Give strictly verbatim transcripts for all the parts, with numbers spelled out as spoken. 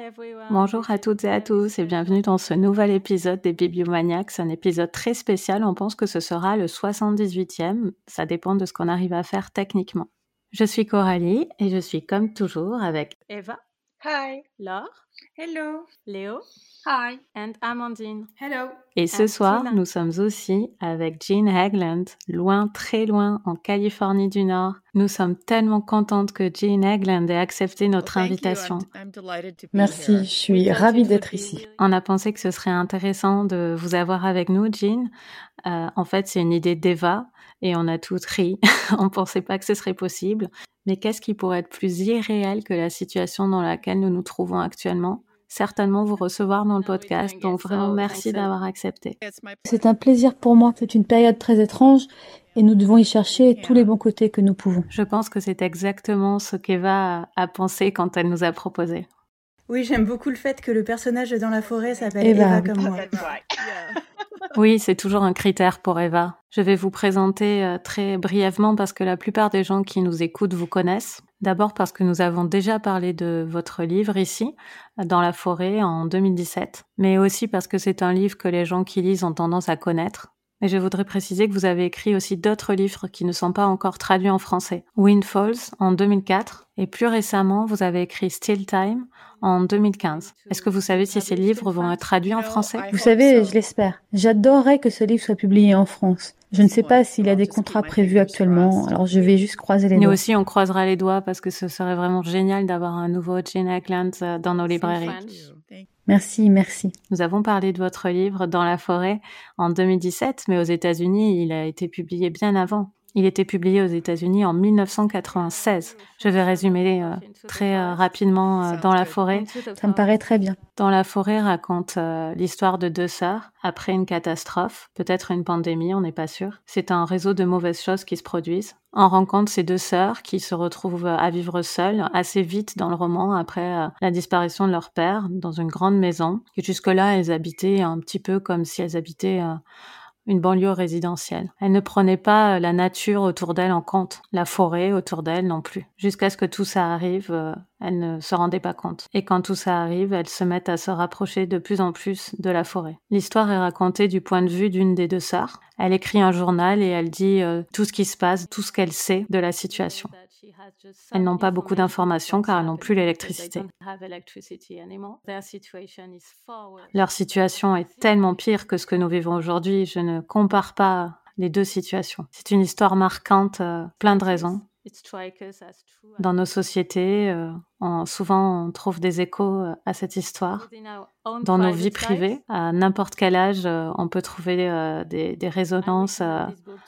Bonjour à toutes et à tous et bienvenue dans ce nouvel épisode des Bibliomaniacs, un épisode très spécial. On pense que ce sera le soixante-dix-huitième, ça dépend de ce qu'on arrive à faire techniquement. Je suis Coralie et je suis comme toujours avec Eva. Hi. Laure. Hello. Léo. Hi. And Amandine. Hello. Et ce And soir, Tina. nous sommes aussi avec Jean Haglund, loin, très loin, en Californie du Nord. Nous sommes tellement contentes que Jean Haglund ait accepté notre Well, thank you. invitation. I'm, I'm delighted to be Merci, here. je suis ravie d'être ici. On a pensé que ce serait intéressant de vous avoir avec nous, Jean. Euh, en fait, c'est une idée d'Eva et on a tout ri. On pensait pas que ce serait possible. Mais qu'est-ce qui pourrait être plus irréel que la situation dans laquelle nous nous trouvons actuellement ? Certainement vous recevoir dans le podcast. Donc vraiment, merci d'avoir accepté. It's my C'est un plaisir pour moi. C'est une période très étrange et nous devons y chercher tous les bons côtés que nous pouvons. Je pense que c'est exactement ce qu'Eva a, a pensé quand elle nous a proposé. Oui, j'aime beaucoup le fait que le personnage dans la forêt s'appelle Eva, Eva, oui. comme moi. yeah. Oui, c'est toujours un critère pour Eva. Je vais vous présenter euh, très brièvement parce que la plupart des gens qui nous écoutent vous connaissent. D'abord parce que nous avons déjà parlé de votre livre ici, dans la forêt, en deux mille dix-sept. Mais aussi parce que c'est un livre que les gens qui lisent ont tendance à connaître. Et je voudrais préciser que vous avez écrit aussi d'autres livres qui ne sont pas encore traduits en français. Wind Falls en deux mille quatre et plus récemment, vous avez écrit Still Time en deux mille quinze. Est-ce que vous savez si ces livres vont être traduits en français ? Vous savez, je l'espère. J'adorerais que ce livre soit publié en France. Je ne sais pas s'il y a des contrats prévus actuellement, alors je vais juste croiser les Nous doigts. aussi, on croisera les doigts parce que ce serait vraiment génial d'avoir un nouveau Jean Haglund euh, dans nos librairies. Thank Merci, merci. Nous avons parlé de votre livre Dans la forêt en deux mille dix-sept, mais aux États-Unis, il a été publié bien avant. Il était publié aux États-Unis en mille neuf cent quatre-vingt-seize. Je vais résumer euh, très euh, rapidement euh, Dans la forêt. Ça me paraît très bien. Dans la forêt raconte euh, l'histoire de deux sœurs après une catastrophe, peut-être une pandémie, on n'est pas sûr. C'est un réseau de mauvaises choses qui se produisent. On rencontre ces deux sœurs qui se retrouvent à vivre seules assez vite dans le roman après euh, la disparition de leur père dans une grande maison. Et jusque-là, elles habitaient un petit peu comme si elles habitaient euh, une banlieue résidentielle. Elles ne prenaient pas la nature autour d'elles en compte, la forêt autour d'elles non plus. Jusqu'à ce que tout ça arrive, euh, elles ne se rendaient pas compte. Et quand tout ça arrive, elles se mettent à se rapprocher de plus en plus de la forêt. L'histoire est racontée du point de vue d'une des deux sœurs. Elle écrit un journal et elle dit euh, tout ce qui se passe, tout ce qu'elle sait de la situation. Elles n'ont pas beaucoup d'informations car elles n'ont plus l'électricité. Leur situation est tellement pire que ce que nous vivons aujourd'hui. Je ne compare pas les deux situations. C'est une histoire marquante, euh, plein de raisons. Dans nos sociétés, euh, on, souvent on trouve des échos euh, à cette histoire. Dans nos vies privées, à n'importe quel âge, euh, on peut trouver euh, des, des résonances euh,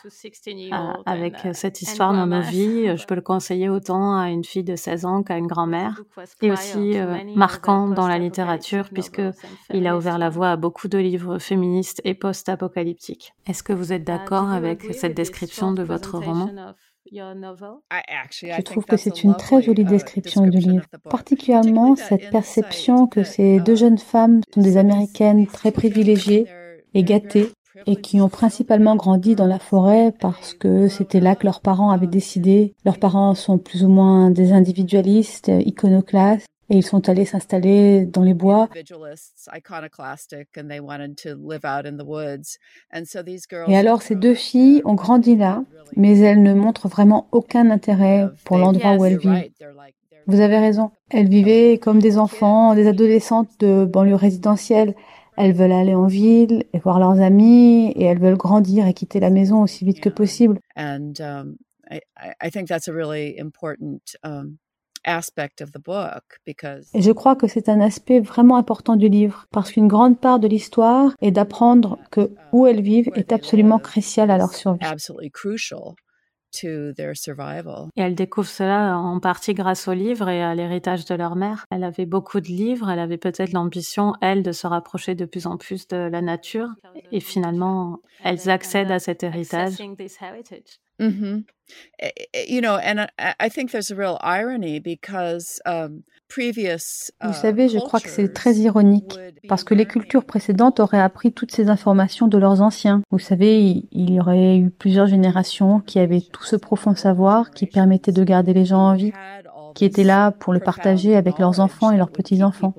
à- avec euh, cette histoire dans nos vies. Je peux le conseiller autant à une fille de seize ans qu'à une grand-mère. Et aussi euh, marquant dans la littérature puisque il a ouvert la voie à beaucoup de livres féministes et post-apocalyptiques. Est-ce que vous êtes d'accord avec cette description de votre roman ? I actually, I Je think trouve que that's a c'est une très lovely, jolie uh, description du description livre, of the book. particulièrement Particularly cette that perception insight que that, ces deux uh, jeunes femmes sont des so Américaines these très two children, privilégiées they're- et they're gâtées very et qui ont principalement grandi dans la forêt parce que c'était là que leurs parents avaient décidé. Leurs parents sont plus ou moins des individualistes, iconoclastes, et ils sont allés s'installer dans les bois. individualists, iconoclastic, and they wanted to live out in the woods. And so these girls Et alors ces deux filles ont grandi là, mais elles ne montrent vraiment aucun intérêt pour l'endroit où elles You're vivent. right, they're like- they're- Vous avez raison. Elles vivaient comme des enfants, des adolescentes de banlieue résidentielle. Elles veulent aller en ville et voir leurs amis et elles veulent grandir et quitter la maison aussi vite que possible. And um, I, I- I think that's a really important um, aspect of the book because Et je crois que c'est un aspect vraiment important du livre parce qu'une grande part de l'histoire est d'apprendre que où elles vivent est absolument crucial à leur survie. absolutely crucial to their survival. Et elle découvre cela en partie grâce au livre et à l'héritage de leur mère. Elle avait beaucoup de livres, elle avait peut-être l'ambition, elle, de se rapprocher de plus en plus de la nature. Et finalement, elles accèdent à cet héritage. Mm-hmm. You know, and I, I think there's a real irony because um, previous uh, Vous savez, je crois que c'est très ironique parce que les cultures précédentes auraient appris toutes ces informations de leurs anciens. Vous savez, il, il y aurait eu plusieurs générations qui avaient tout ce profond savoir qui permettait de garder les gens en vie. qui étaient là pour le partager avec leurs enfants et leurs petits-enfants.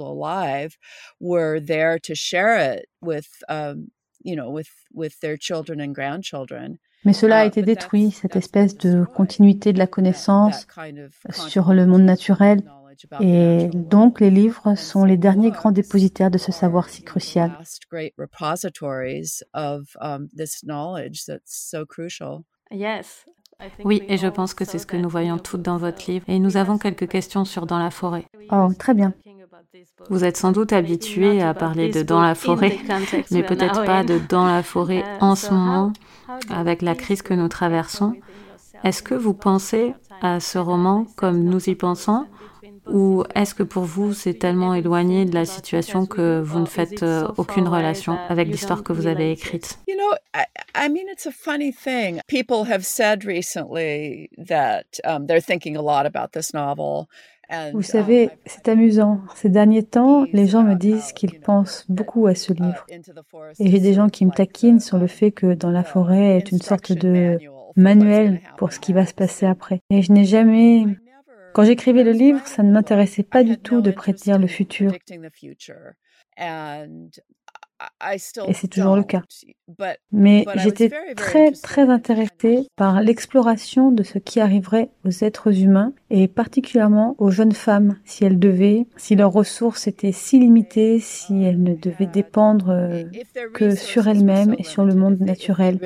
Mais cela a été détruit, cette espèce de continuité de la connaissance sur le monde naturel. Et donc, les livres sont les derniers grands dépositaires de ce savoir si crucial. Oui, et je pense que c'est ce que nous voyons toutes dans votre livre. Et nous avons quelques questions sur Dans la forêt. Oh, très bien. Vous êtes sans doute habitué à parler de Dans la forêt, mais peut-être pas de Dans la forêt en ce moment, avec la crise que nous traversons. Est-ce que vous pensez à ce roman comme nous y pensons, ou est-ce que pour vous c'est tellement éloigné de la situation que vous ne faites euh, aucune relation avec l'histoire que vous avez écrite? You know, I, I mean, it's a funny thing. People have said recently that um, they're thinking a lot about this novel. Vous savez, c'est amusant. Ces derniers temps, les gens me disent qu'ils pensent beaucoup à ce livre. Et j'ai des gens qui me taquinent sur le fait que Dans la forêt est une sorte de manuel pour ce qui va se passer après. Et je n'ai jamais... Quand j'écrivais le livre, ça ne m'intéressait pas du tout de prédire le futur. Et c'est toujours le cas. Mais j'étais très, très intéressée par l'exploration de ce qui arriverait aux êtres humains et particulièrement aux jeunes femmes, si elles devaient, si leurs ressources étaient si limitées, si elles ne devaient dépendre que sur elles-mêmes et sur le monde naturel.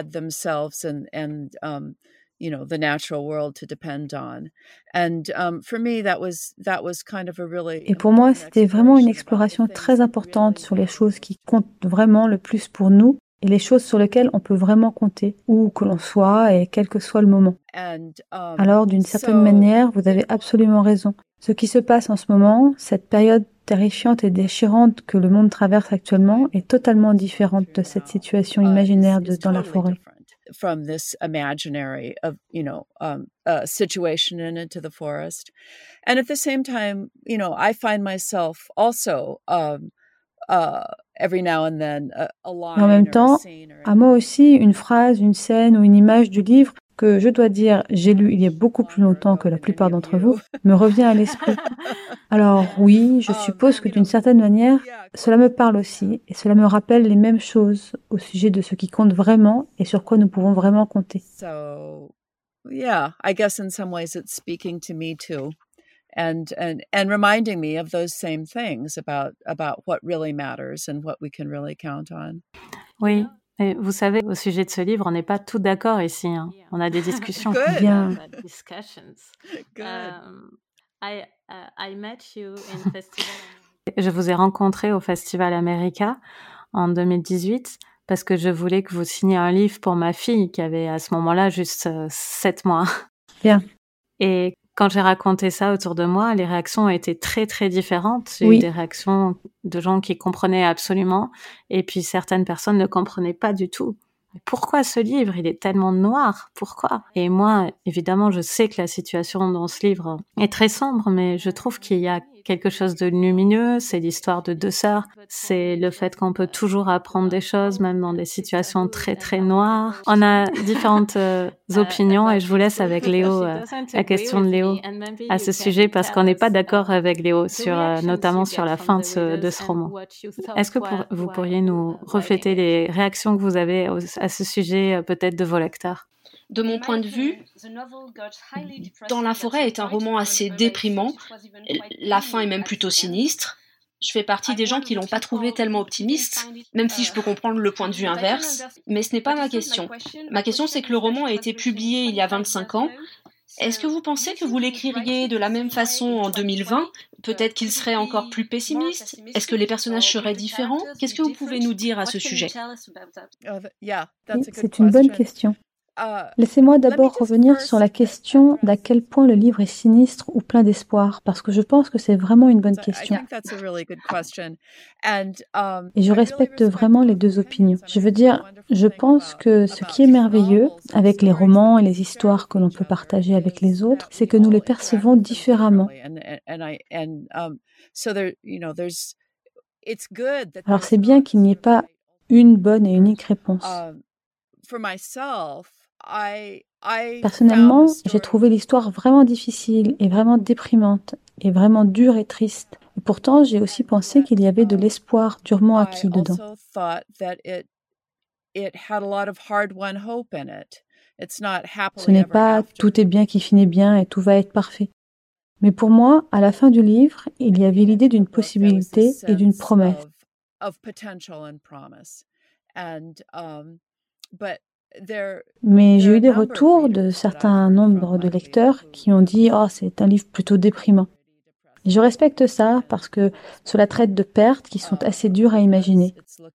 You know, the natural world to depend on. And um, for me, that was that was kind of a really. Et pour moi, c'était vraiment une exploration très importante sur les choses qui comptent vraiment le plus pour nous et les choses sur lesquelles on peut vraiment compter, où que l'on soit et quel que soit le moment. Alors, d'une certaine manière, vous avez absolument raison. Ce qui se passe en ce moment, cette période terrifiante et déchirante que le monde traverse actuellement, est totalement différente de cette situation imaginaire de Dans la forêt. From this imaginary of, you know, um, uh, situation and into the forest. And at the same time, you know, I find myself also um, uh, every now and then a, a line. En même temps, à moi aussi, une phrase, une scène ou une image du livre que je dois dire, j'ai lu il y a beaucoup plus longtemps que la plupart d'entre vous, me revient à l'esprit. Alors oui, je suppose que d'une certaine manière, cela me parle aussi, et cela me rappelle les mêmes choses au sujet de ce qui compte vraiment et sur quoi nous pouvons vraiment compter. So, yeah, I guess in some ways it's speaking to me too, and and and reminding me of those same things about about what really matters and what we can really count on. Oui. Et vous savez, au sujet de ce livre, on n'est pas tous d'accord ici. Hein. On a des discussions. Bien. Je vous ai rencontré au Festival America en deux mille dix-huit parce que je voulais que vous signiez un livre pour ma fille qui avait à ce moment-là juste euh, sept mois. Bien. Et quand j'ai raconté ça autour de moi, les réactions ont été très, très différentes. J'ai oui. eu des réactions de gens qui comprenaient absolument, et puis certaines personnes ne comprenaient pas du tout. Mais pourquoi ce livre? Il est tellement noir. Pourquoi? Et moi, évidemment, je sais que la situation dans ce livre est très sombre, mais je trouve qu'il y a quelque chose de lumineux. C'est l'histoire de deux sœurs. C'est le fait qu'on peut toujours apprendre des choses, même dans des situations très, très noires. On a différentes euh, opinions, et je vous laisse avec Léo, euh, la question de Léo à ce sujet, parce qu'on n'est pas d'accord avec Léo, sur, euh, notamment sur la fin de ce, de ce roman. Est-ce que pour, vous pourriez nous refléter les réactions que vous avez au, à ce sujet, peut-être de vos lecteurs? De mon point de vue, Dans la forêt est un roman assez déprimant. La fin est même plutôt sinistre. Je fais partie des gens qui l'ont pas trouvé tellement optimiste, même si je peux comprendre le point de vue inverse. Mais ce n'est pas ma question. Ma question, c'est que le roman a été publié il y a vingt-cinq ans. Est-ce que vous pensez que vous l'écririez de la même façon en deux mille vingt? Peut-être qu'il serait encore plus pessimiste? Est-ce que les personnages seraient différents? Qu'est-ce que vous pouvez nous dire à ce sujet? Oui, c'est une bonne question. Laissez-moi d'abord revenir sur la question d'à quel point le livre est sinistre ou plein d'espoir, parce que je pense que c'est vraiment une bonne question. Et je respecte vraiment les deux opinions. Je veux dire, je pense que ce qui est merveilleux avec les romans et les histoires que l'on peut partager avec les autres, c'est que nous les percevons différemment. Alors c'est bien qu'il n'y ait pas une bonne et unique réponse. Personnellement, j'ai trouvé l'histoire vraiment difficile et vraiment déprimante et vraiment dure et triste. Et pourtant, j'ai aussi pensé qu'il y avait de l'espoir durement acquis dedans. Ce n'est pas « tout est bien qui finit bien et tout va être parfait ». Mais pour moi, à la fin du livre, il y avait l'idée d'une possibilité et d'une promesse. Mais j'ai eu des retours de certains nombres de lecteurs qui ont dit « Oh, c'est un livre plutôt déprimant ». Je respecte ça parce que cela traite de pertes qui sont assez dures à imaginer.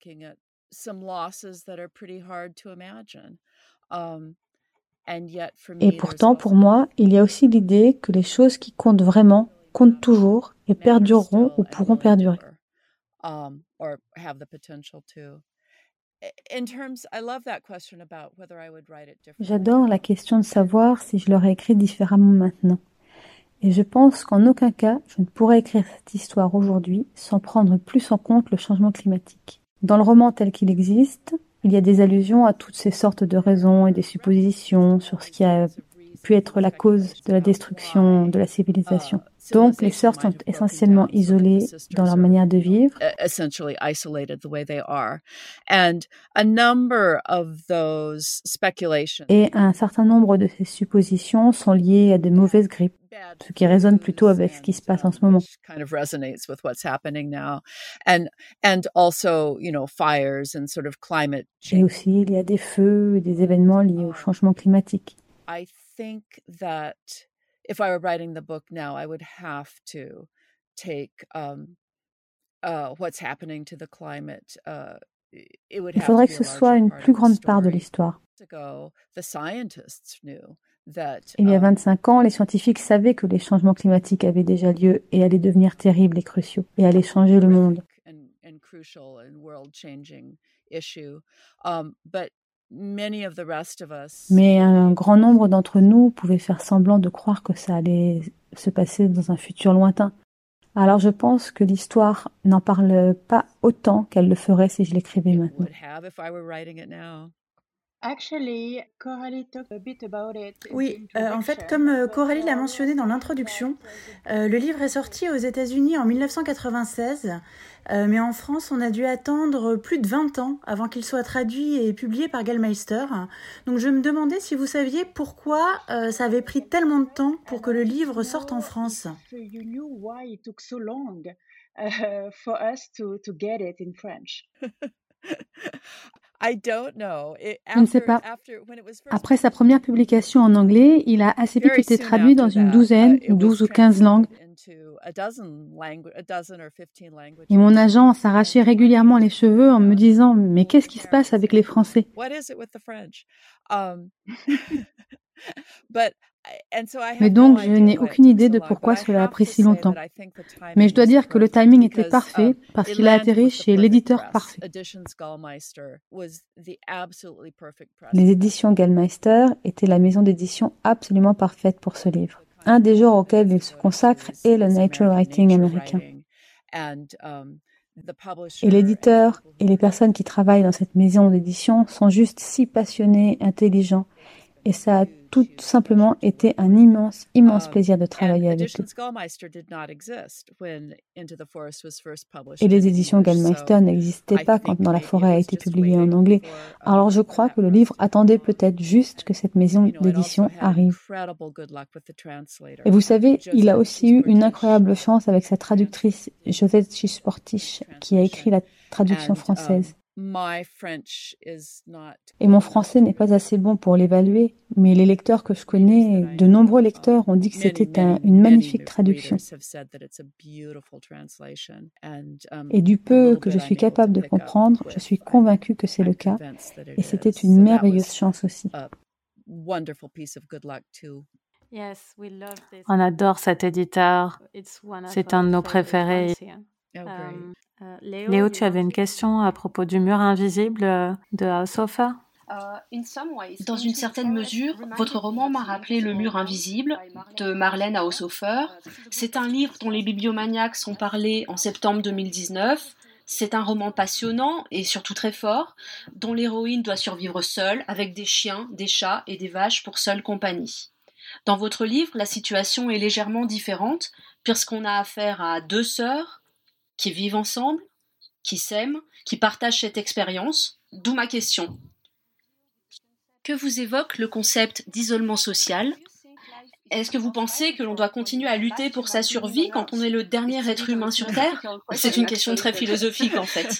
Et pourtant, pour moi, il y a aussi l'idée que les choses qui comptent vraiment comptent toujours et perdureront ou pourront perdurer. J'adore la question de savoir si je l'aurais écrit différemment maintenant. Et je pense qu'en aucun cas, je ne pourrais écrire cette histoire aujourd'hui sans prendre plus en compte le changement climatique. Dans le roman tel qu'il existe, il y a des allusions à toutes ces sortes de raisons et des suppositions sur ce qui a pu être la cause de la destruction de la civilisation. Donc, les sœurs sont essentiellement isolées dans leur manière de vivre. Et un certain nombre de ces suppositions sont liées à des mauvaises grippes, ce qui résonne plutôt avec ce qui se passe en ce moment. Et aussi, il y a des feux et des événements liés au changement climatique. If I were writing the book now, I would have to take um, uh, what's happening to the climate. Uh, it would have Il faudrait que ce soit une plus grande part de l'histoire. Il y a vingt-cinq ans, les scientifiques savaient que les changements climatiques avaient déjà lieu et allaient devenir terribles et cruciaux, et allaient changer le monde. Mais un grand nombre d'entre nous pouvaient faire semblant de croire que ça allait se passer dans un futur lointain. Alors je pense que l'histoire n'en parle pas autant qu'elle le ferait si je l'écrivais maintenant. Oui, euh, en fait, comme euh, Coralie l'a mentionné dans l'introduction, euh, le livre est sorti aux États-Unis en mille neuf cent quatre-vingt-seize, euh, mais en France, on a dû attendre plus de vingt ans avant qu'il soit traduit et publié par Gallmeister. Donc je me demandais si vous saviez pourquoi euh, ça avait pris tellement de temps pour que le livre sorte en France. Je ne sais pas. Après sa première publication en anglais, il a assez vite été traduit dans une douzaine, douze ou quinze langues. Et mon agent s'arrachait régulièrement les cheveux en me disant « Mais qu'est-ce qui se passe avec les Français ?» Mais donc, je n'ai aucune idée de pourquoi cela a pris si longtemps. Mais je dois dire que le timing était parfait parce qu'il a atterri chez l'éditeur parfait. Les éditions Gallmeister étaient la maison d'édition absolument parfaite pour ce livre. Un des genres auxquels il se consacre est le nature writing américain. Et l'éditeur et les personnes qui travaillent dans cette maison d'édition sont juste si passionnés, intelligents. Et ça a tout simplement été un immense, immense plaisir de travailler avec eux. Et les éditions Gallmeister n'existaient pas quand Dans la forêt a été publié en anglais. Alors je crois que le livre attendait peut-être juste que cette maison d'édition arrive. Et vous savez, il a aussi eu une incroyable chance avec sa traductrice, Josette Sportisch, qui a écrit la traduction française. Et mon français n'est pas assez bon pour l'évaluer, mais les lecteurs que je connais, de nombreux lecteurs ont dit que c'était un, une magnifique traduction. Et du peu que je suis capable de comprendre, je suis convaincue que c'est le cas, et c'était une merveilleuse chance aussi. On adore cet éditeur, c'est un de nos préférés. Um, Uh, Léo, Léo, tu avais une question à propos du mur invisible de Haushofer ? Dans une certaine mesure, votre roman m'a rappelé Le mur invisible de Marlène Haushofer. C'est un livre dont les bibliomaniacs ont parlé en septembre deux mille dix-neuf, C'est un roman passionnant et surtout très fort, dont l'héroïne doit survivre seule, avec des chiens, des chats et des vaches pour seule compagnie. Dans votre livre, la situation est légèrement différente, puisqu'on a affaire à deux sœurs qui vivent ensemble, qui s'aiment, qui partagent cette expérience, d'où ma question. Que vous évoque le concept d'isolement social ? Est-ce que vous pensez que l'on doit continuer à lutter pour sa survie quand on est le dernier être humain sur Terre ? C'est une question très philosophique en fait.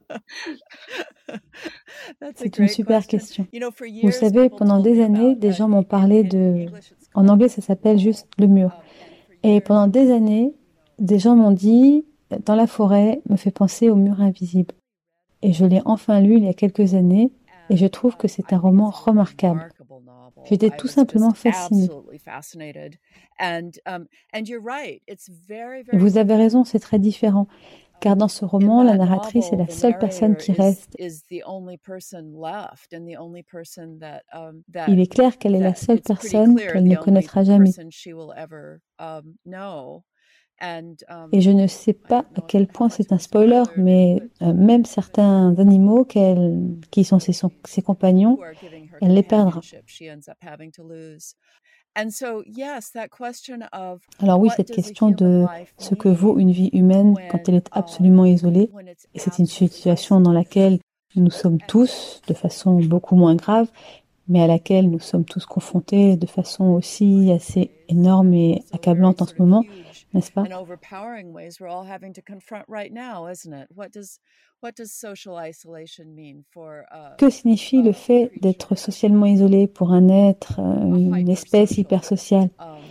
C'est une super question. Vous savez, pendant des années, des gens m'ont parlé de... En anglais, ça s'appelle juste le mur. Et pendant des années, des gens m'ont dit, dans la forêt, me fait penser au mur invisible. Et je l'ai enfin lu il y a quelques années, et je trouve que c'est un roman remarquable. J'étais tout simplement fascinée. Et vous avez raison, c'est très différent, car dans ce roman, la narratrice est la seule personne qui reste. Il est clair qu'elle est la seule personne qu'elle ne connaîtra jamais. Et je ne sais pas à quel point c'est un spoiler, mais euh, même certains animaux qu'elle, qui sont ses, son, ses compagnons, elle les perdra. Alors oui, cette question de ce que vaut une vie humaine quand elle est absolument isolée, et c'est une situation dans laquelle nous sommes tous, de façon beaucoup moins grave, mais à laquelle nous sommes tous confrontés de façon aussi assez énorme et accablante en ce moment, n'est-ce pas ? Que signifie le fait d'être socialement isolé pour un être, une espèce hypersociale ?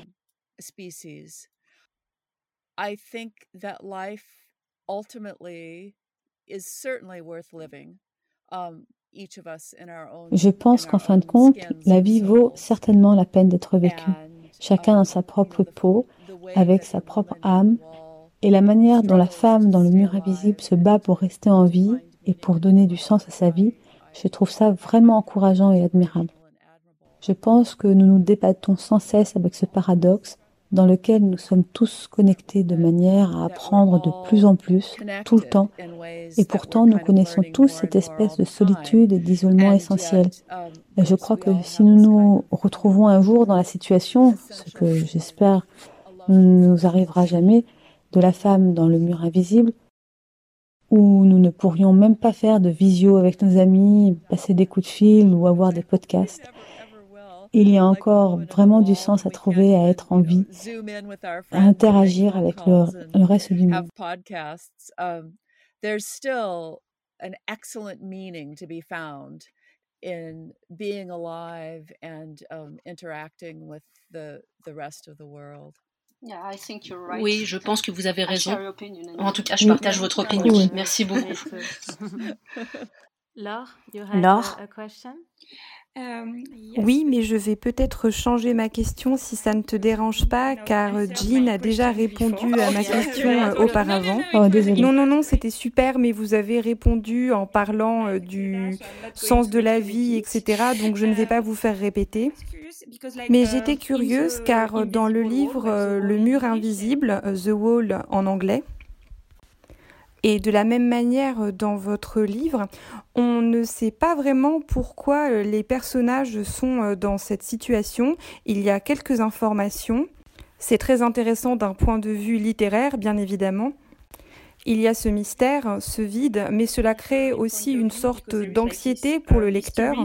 Je pense qu'en fin de compte, la vie vaut certainement la peine d'être vécue, chacun dans sa propre peau, avec sa propre âme, et la manière dont la femme dans le mur invisible se bat pour rester en vie et pour donner du sens à sa vie, je trouve ça vraiment encourageant et admirable. Je pense que nous nous débattons sans cesse avec ce paradoxe dans lequel nous sommes tous connectés de manière à apprendre de plus en plus, tout le temps, et pourtant nous connaissons tous cette espèce de solitude et d'isolement essentiel. Et je crois que si nous nous retrouvons un jour dans la situation, ce que j'espère ne nous arrivera jamais, de la femme dans le mur invisible, où nous ne pourrions même pas faire de visio avec nos amis, passer des coups de fil ou avoir des podcasts. Il y a encore vraiment du sens à trouver à être en vie, à interagir avec le, le reste du monde. There's still an excellent meaning to be found in being alive and um, interacting with the, the rest of the world. Oui, je pense que vous avez raison. En tout cas, je partage votre opinion. Oui. Merci beaucoup. Laure, Laure. Euh, oui, mais je vais peut-être changer ma question si ça ne te dérange pas, car Jean a déjà répondu à ma question euh, auparavant. Oh, désolée. Non, non, non, c'était super, mais vous avez répondu en parlant euh, du sens de la vie, et cetera. Donc je ne vais pas vous faire répéter. Mais j'étais curieuse, car dans le livre euh, Le mur invisible, The Wall en anglais, et de la même manière, dans votre livre, on ne sait pas vraiment pourquoi les personnages sont dans cette situation. Il y a quelques informations. C'est très intéressant d'un point de vue littéraire, bien évidemment. Il y a ce mystère, ce vide, mais cela crée aussi une sorte d'anxiété pour le lecteur.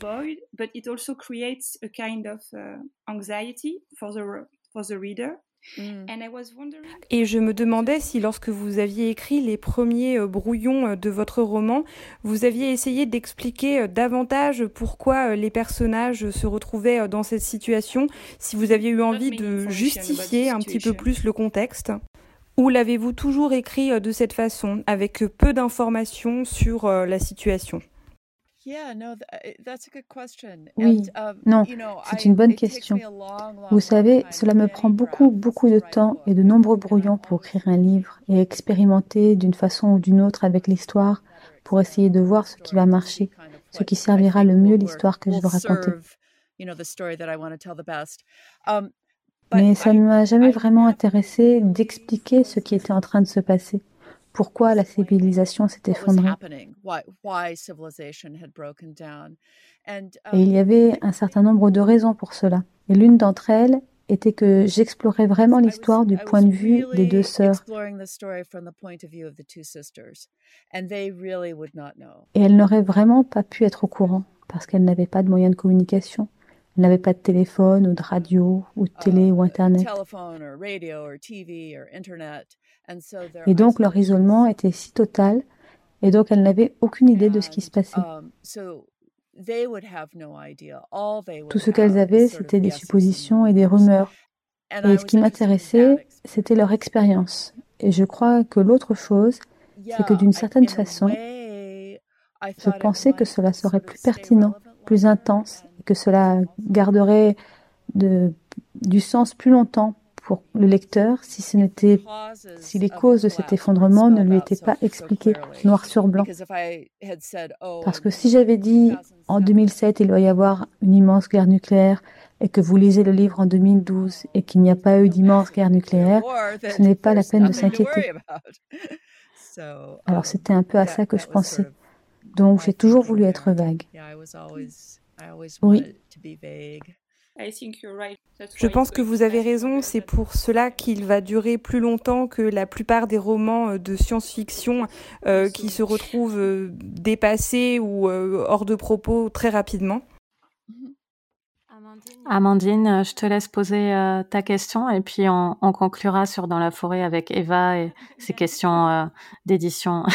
Et je me demandais si lorsque vous aviez écrit les premiers brouillons de votre roman, vous aviez essayé d'expliquer davantage pourquoi les personnages se retrouvaient dans cette situation, si vous aviez eu envie de justifier un petit peu plus le contexte. Ou l'avez-vous toujours écrit de cette façon, avec peu d'informations sur la situation ? Oui, non, c'est une bonne question. Vous savez, cela me prend beaucoup, beaucoup de temps et de nombreux brouillons pour écrire un livre et expérimenter d'une façon ou d'une autre avec l'histoire pour essayer de voir ce qui va marcher, ce qui servira le mieux l'histoire que je veux raconter. Mais ça ne m'a jamais vraiment intéressé d'expliquer ce qui était en train de se passer. pourquoi la civilisation s'est effondrée. Et il y avait un certain nombre de raisons pour cela. Et l'une d'entre elles était que j'explorais vraiment l'histoire du point de vue des deux sœurs. Et elles n'auraient vraiment pas pu être au courant, parce qu'elles n'avaient pas de moyens de communication. Elles n'avaient pas de téléphone, ou de radio, ou de télé, ou Internet. Et donc leur isolement était si total, et donc elles n'avaient aucune idée de ce qui se passait. Tout ce qu'elles avaient, c'était des suppositions et des rumeurs. Et ce qui m'intéressait, c'était leur expérience. Et je crois que l'autre chose, c'est que d'une certaine façon, je pensais que cela serait plus pertinent, plus intense, et que cela garderait de, du sens plus longtemps pour le lecteur si ce n'était, si les causes de cet effondrement ne lui étaient pas expliquées noir sur blanc. Parce que si j'avais dit en deux mille sept il doit y avoir une immense guerre nucléaire et que vous lisez le livre en deux mille douze et qu'il n'y a pas eu d'immense guerre nucléaire, ce n'est pas la peine de s'inquiéter. Alors c'était un peu à ça que je pensais. Donc j'ai toujours voulu être vague. Oui. Je pense que vous avez raison, c'est pour cela qu'il va durer plus longtemps que la plupart des romans de science-fiction euh, qui se retrouvent euh, dépassés ou euh, hors de propos très rapidement. Amandine, je te laisse poser euh, ta question et puis on, on conclura sur Dans la forêt avec Eva et ses questions euh, d'édition.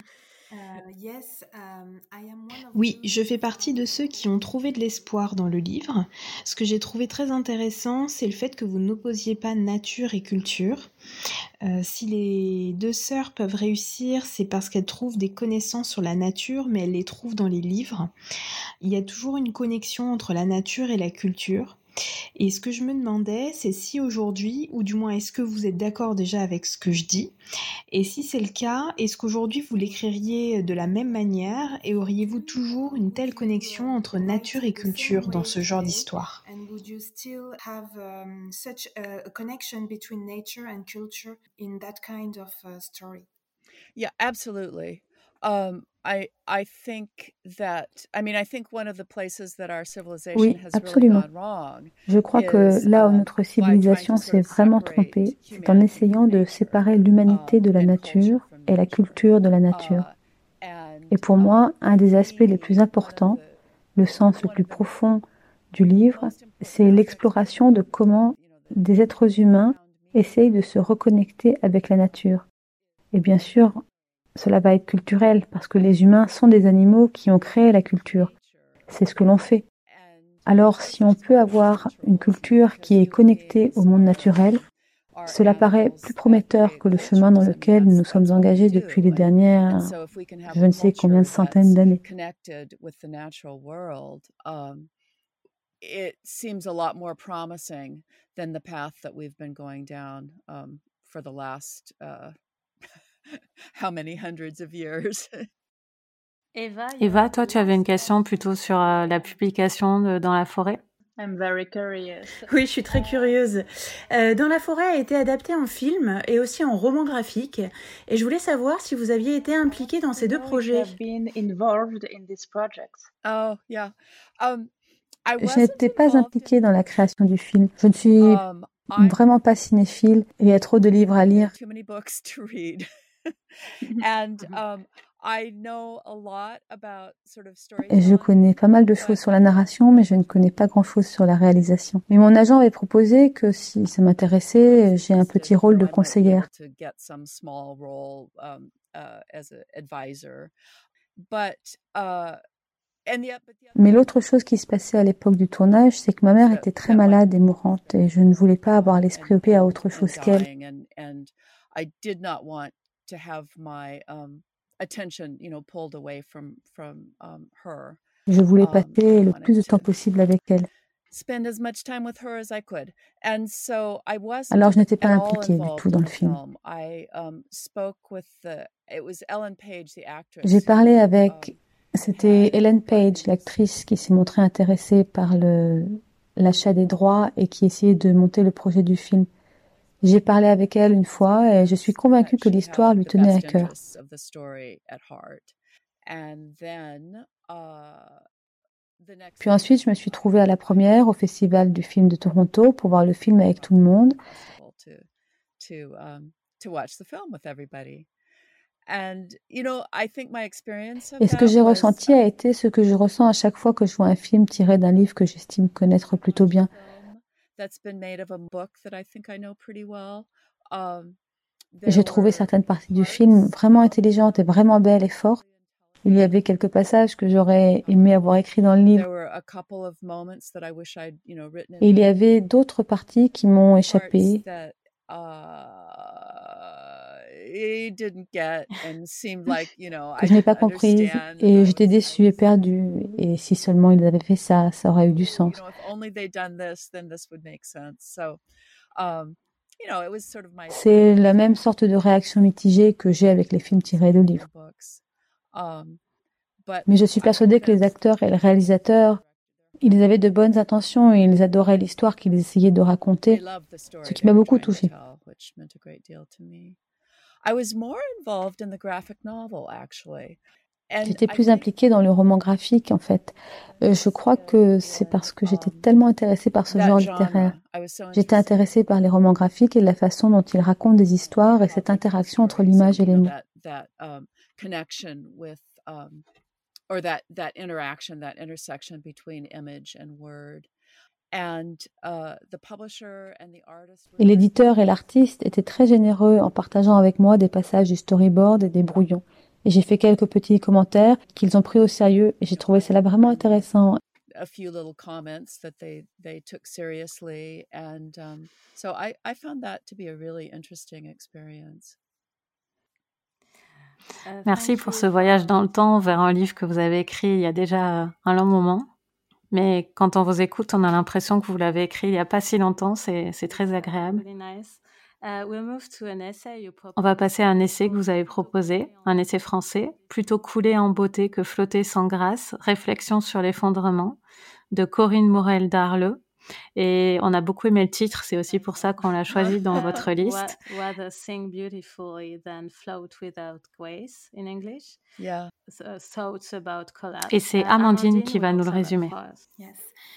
Oui, je fais partie de ceux qui ont trouvé de l'espoir dans le livre. Ce que j'ai trouvé très intéressant, c'est le fait que vous n'opposiez pas nature et culture. Euh, si les deux sœurs peuvent réussir, c'est parce qu'elles trouvent des connaissances sur la nature, mais elles les trouvent dans les livres. Il y a toujours une connexion entre la nature et la culture. Et ce que je me demandais, c'est si aujourd'hui, ou du moins est-ce que vous êtes d'accord déjà avec ce que je dis, et si c'est le cas, est-ce qu'aujourd'hui vous l'écririez de la même manière et auriez-vous toujours une telle connexion entre nature et culture dans ce genre d'histoire? And would you still have um, such a connection between nature and culture in that kind of uh, story? Yeah, absolutely. Um, I I think that I mean I think one of the places that our civilization Oui, has really absolument. gone wrong. Je crois que là où notre civilisation s'est vraiment trompée, c'est en essayant de séparer l'humanité de la nature et la culture de la nature. Et pour moi, un des aspects les plus importants, le sens le plus profond du livre, c'est l'exploration de comment des êtres humains essayent de se reconnecter avec la nature. Et bien sûr, cela va être culturel, parce que les humains sont des animaux qui ont créé la culture. C'est ce que l'on fait. Alors, si on peut avoir une culture qui est connectée au monde naturel, cela paraît plus prometteur que le chemin dans lequel nous nous sommes engagés depuis les dernières, je ne sais combien de centaines d'années. It seems a lot more promising than the path that we've been going down um, for the last uh, how many hundreds of years. Eva, Eva, toi, tu avais une question plutôt sur euh, la publication de Dans la forêt? I'm very curious. Oui, je suis très curieuse. Euh, Dans la forêt a été adapté en film et aussi en roman graphique. Et je voulais savoir si vous aviez été impliqué dans ces deux projets. Oh, yeah. Um, Je n'étais pas impliquée dans la création du film. Je ne suis vraiment pas cinéphile. Il y a trop de livres à lire. Et je connais pas mal de choses sur la narration, mais je ne connais pas grand-chose sur la réalisation. Mais mon agent avait proposé que si ça m'intéressait, j'ai un petit rôle de conseillère. Mais l'autre chose qui se passait à l'époque du tournage, c'est que ma mère était très malade et mourante, et je ne voulais pas avoir l'esprit occupé à autre chose qu'elle. Je voulais passer le plus de temps possible avec elle. Alors je n'étais pas impliquée du tout dans le film. J'ai parlé avec... C'était Ellen Page, l'actrice, qui s'est montrée intéressée par le, l'achat des droits et qui essayait de monter le projet du film. J'ai parlé avec elle une fois et je suis convaincue que l'histoire lui tenait à cœur. Puis ensuite, je me suis trouvée à la première au Festival du film de Toronto pour voir le film avec tout le monde. Et ce que j'ai ressenti a été ce que je ressens à chaque fois que je vois un film tiré d'un livre que j'estime connaître plutôt bien. J'ai trouvé certaines parties du film vraiment intelligentes et vraiment belles et fortes. Il y avait quelques passages que j'aurais aimé avoir écrits dans le livre. Et il y avait d'autres parties qui m'ont échappé. que je n'ai pas comprises et j'étais déçue et perdue. Et si seulement ils avaient fait ça, ça aurait eu du sens. C'est la même sorte de réaction mitigée que j'ai avec les films tirés de livres. Mais je suis persuadée que les acteurs et les réalisateurs, ils avaient de bonnes intentions et ils adoraient l'histoire qu'ils essayaient de raconter, ce qui m'a beaucoup touchée. J'étais plus impliquée dans le roman graphique, en fait. Euh, je crois que c'est parce que j'étais tellement intéressée par ce genre littéraire. J'étais intéressée par les romans graphiques et la façon dont ils racontent des histoires et cette interaction entre l'image et les mots. Or that that interaction, that intersection between image and word. And uh, the publisher and the artist. Et l'éditeur et l'artiste étaient très généreux en partageant avec moi des passages du storyboard et des brouillons. Et j'ai fait quelques petits commentaires qu'ils ont pris au sérieux et j'ai trouvé cela vraiment intéressant. A few little comments that they they took seriously, and um, so I I found that to be a really interesting experience. Merci pour ce voyage dans le temps vers un livre que vous avez écrit il y a déjà un long moment. Mais quand on vous écoute, on a l'impression que vous l'avez écrit il n'y a pas si longtemps. C'est, c'est très agréable. On va passer à un essai que vous avez proposé, un essai français, plutôt couler en beauté que flotter sans grâce, réflexion sur l'effondrement, de Corinne Morel d'Arleux. Et on a beaucoup aimé le titre, c'est aussi pour ça qu'on l'a choisi dans votre liste. Rather sing beautifully than float without grace in English. Yeah. Thoughts about collapse. Et c'est Amandine qui va nous le résumer. Yes.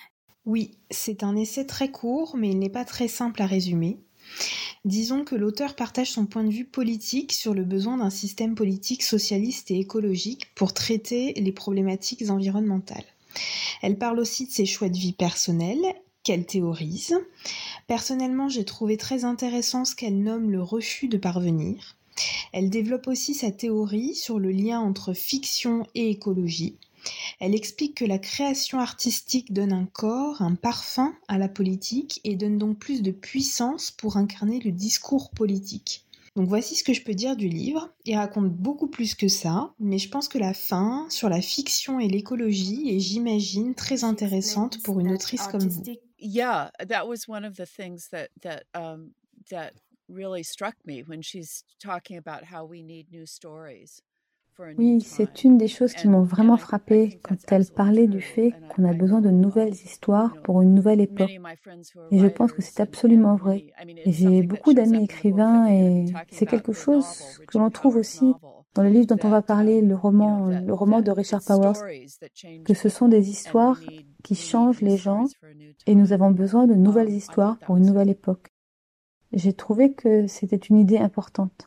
Oui, c'est un essai très court, mais il n'est pas très simple à résumer. Disons que l'auteur partage son point de vue politique sur le besoin d'un système politique socialiste et écologique pour traiter les problématiques environnementales. Elle parle aussi de ses choix de vie personnels qu'elle théorise. Personnellement, j'ai trouvé très intéressant ce qu'elle nomme le refus de parvenir. Elle développe aussi sa théorie sur le lien entre fiction et écologie. Elle explique que la création artistique donne un corps, un parfum à la politique et donne donc plus de puissance pour incarner le discours politique. Donc voici ce que je peux dire du livre. Il raconte beaucoup plus que ça, mais je pense que la fin sur la fiction et l'écologie est, j'imagine, très intéressante pour une autrice comme vous. Yeah, that was one of the things that that um, that really struck me when she's talking about how we need new stories. Oui, c'est une des choses qui m'ont vraiment frappée quand elle parlait du fait qu'on a besoin de nouvelles histoires pour une nouvelle époque. Et je pense que c'est absolument vrai. Et j'ai beaucoup d'amis écrivains et c'est quelque chose que l'on trouve aussi dans le livre dont on va parler, le roman, le roman de Richard Powers, que ce sont des histoires qui changent les gens et nous avons besoin de nouvelles histoires pour une nouvelle époque. J'ai trouvé que c'était une idée importante.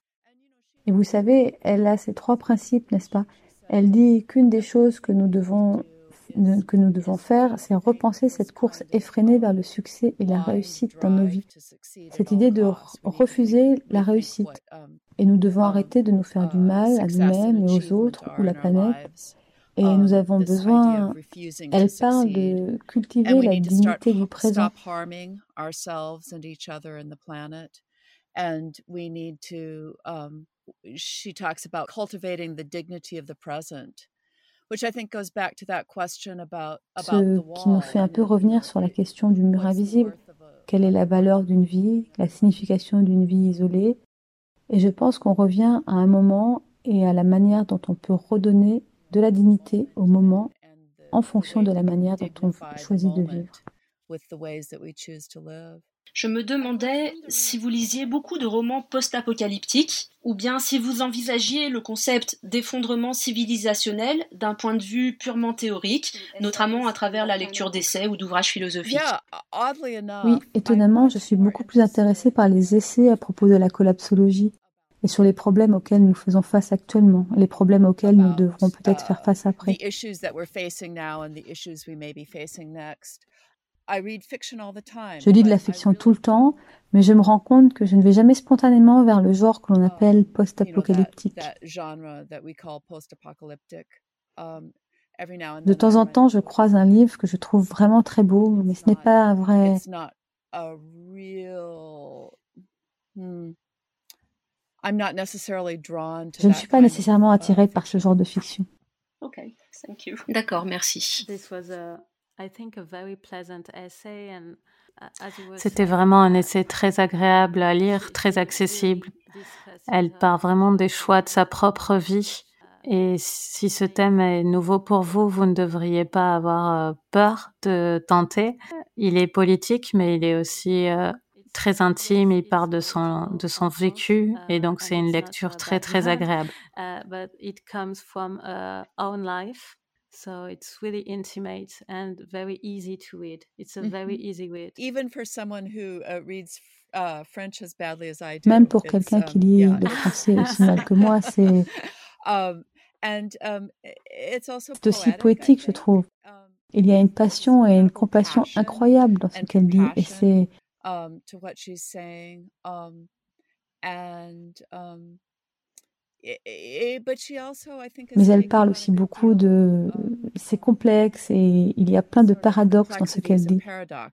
Et vous savez, elle a ces trois principes, n'est-ce pas? Elle dit qu'une des choses que nous devons, que nous devons faire, c'est repenser cette course effrénée vers le succès et la réussite dans nos vies. Cette idée de refuser la réussite. Et nous devons arrêter de nous faire du mal à nous-mêmes et aux autres ou la planète. Et nous avons besoin, elle parle de cultiver la dignité du présent. And we need to, um, she talks about cultivating the dignity of the present, which I think goes back to that question about, about the wall. Ce qui nous fait un peu revenir sur la question du mur invisible. Quelle est la valeur d'une vie, la signification d'une vie isolée? Et je pense qu'on revient à un moment et à la manière dont on peut redonner de la dignité au moment en fonction de la manière dont on choisit de vivre. With the ways that we choose to live. Je me demandais si vous lisiez beaucoup de romans post-apocalyptiques, ou bien si vous envisagiez le concept d'effondrement civilisationnel d'un point de vue purement théorique, notamment à travers la lecture d'essais ou d'ouvrages philosophiques. Oui, étonnamment, je suis beaucoup plus intéressée par les essais à propos de la collapsologie et sur les problèmes auxquels nous faisons face actuellement, les problèmes auxquels nous devrons peut-être faire face après. Je lis de la fiction tout le temps, mais je me rends compte que je ne vais jamais spontanément vers le genre que l'on appelle post-apocalyptique. De temps en temps, je croise un livre que je trouve vraiment très beau, mais ce n'est pas un vrai... Je ne suis pas nécessairement attirée par ce genre de fiction. Ok, thank you. D'accord, merci. C'était vraiment un essai très agréable à lire, très accessible. Elle part vraiment des choix de sa propre vie. Et si ce thème est nouveau pour vous, vous ne devriez pas avoir peur de tenter. Il est politique, mais il est aussi euh, très intime. Il part de son, de son vécu. Et donc, c'est une lecture très, très agréable. But it comes from uh, own life. So it's really intimate and very easy to read. It's a very easy read. Even for someone who uh, reads uh, French as badly as I do. Même pour quelqu'un qui lit le français aussi mal que moi, c'est um, and, um, it's also c'est aussi poétique, je trouve. Il y a une passion et une compassion incroyable dans ce qu'elle dit, et c'est um, to what she's saying, um, and um, mais elle parle aussi beaucoup de... C'est complexe et il y a plein de paradoxes dans ce qu'elle dit.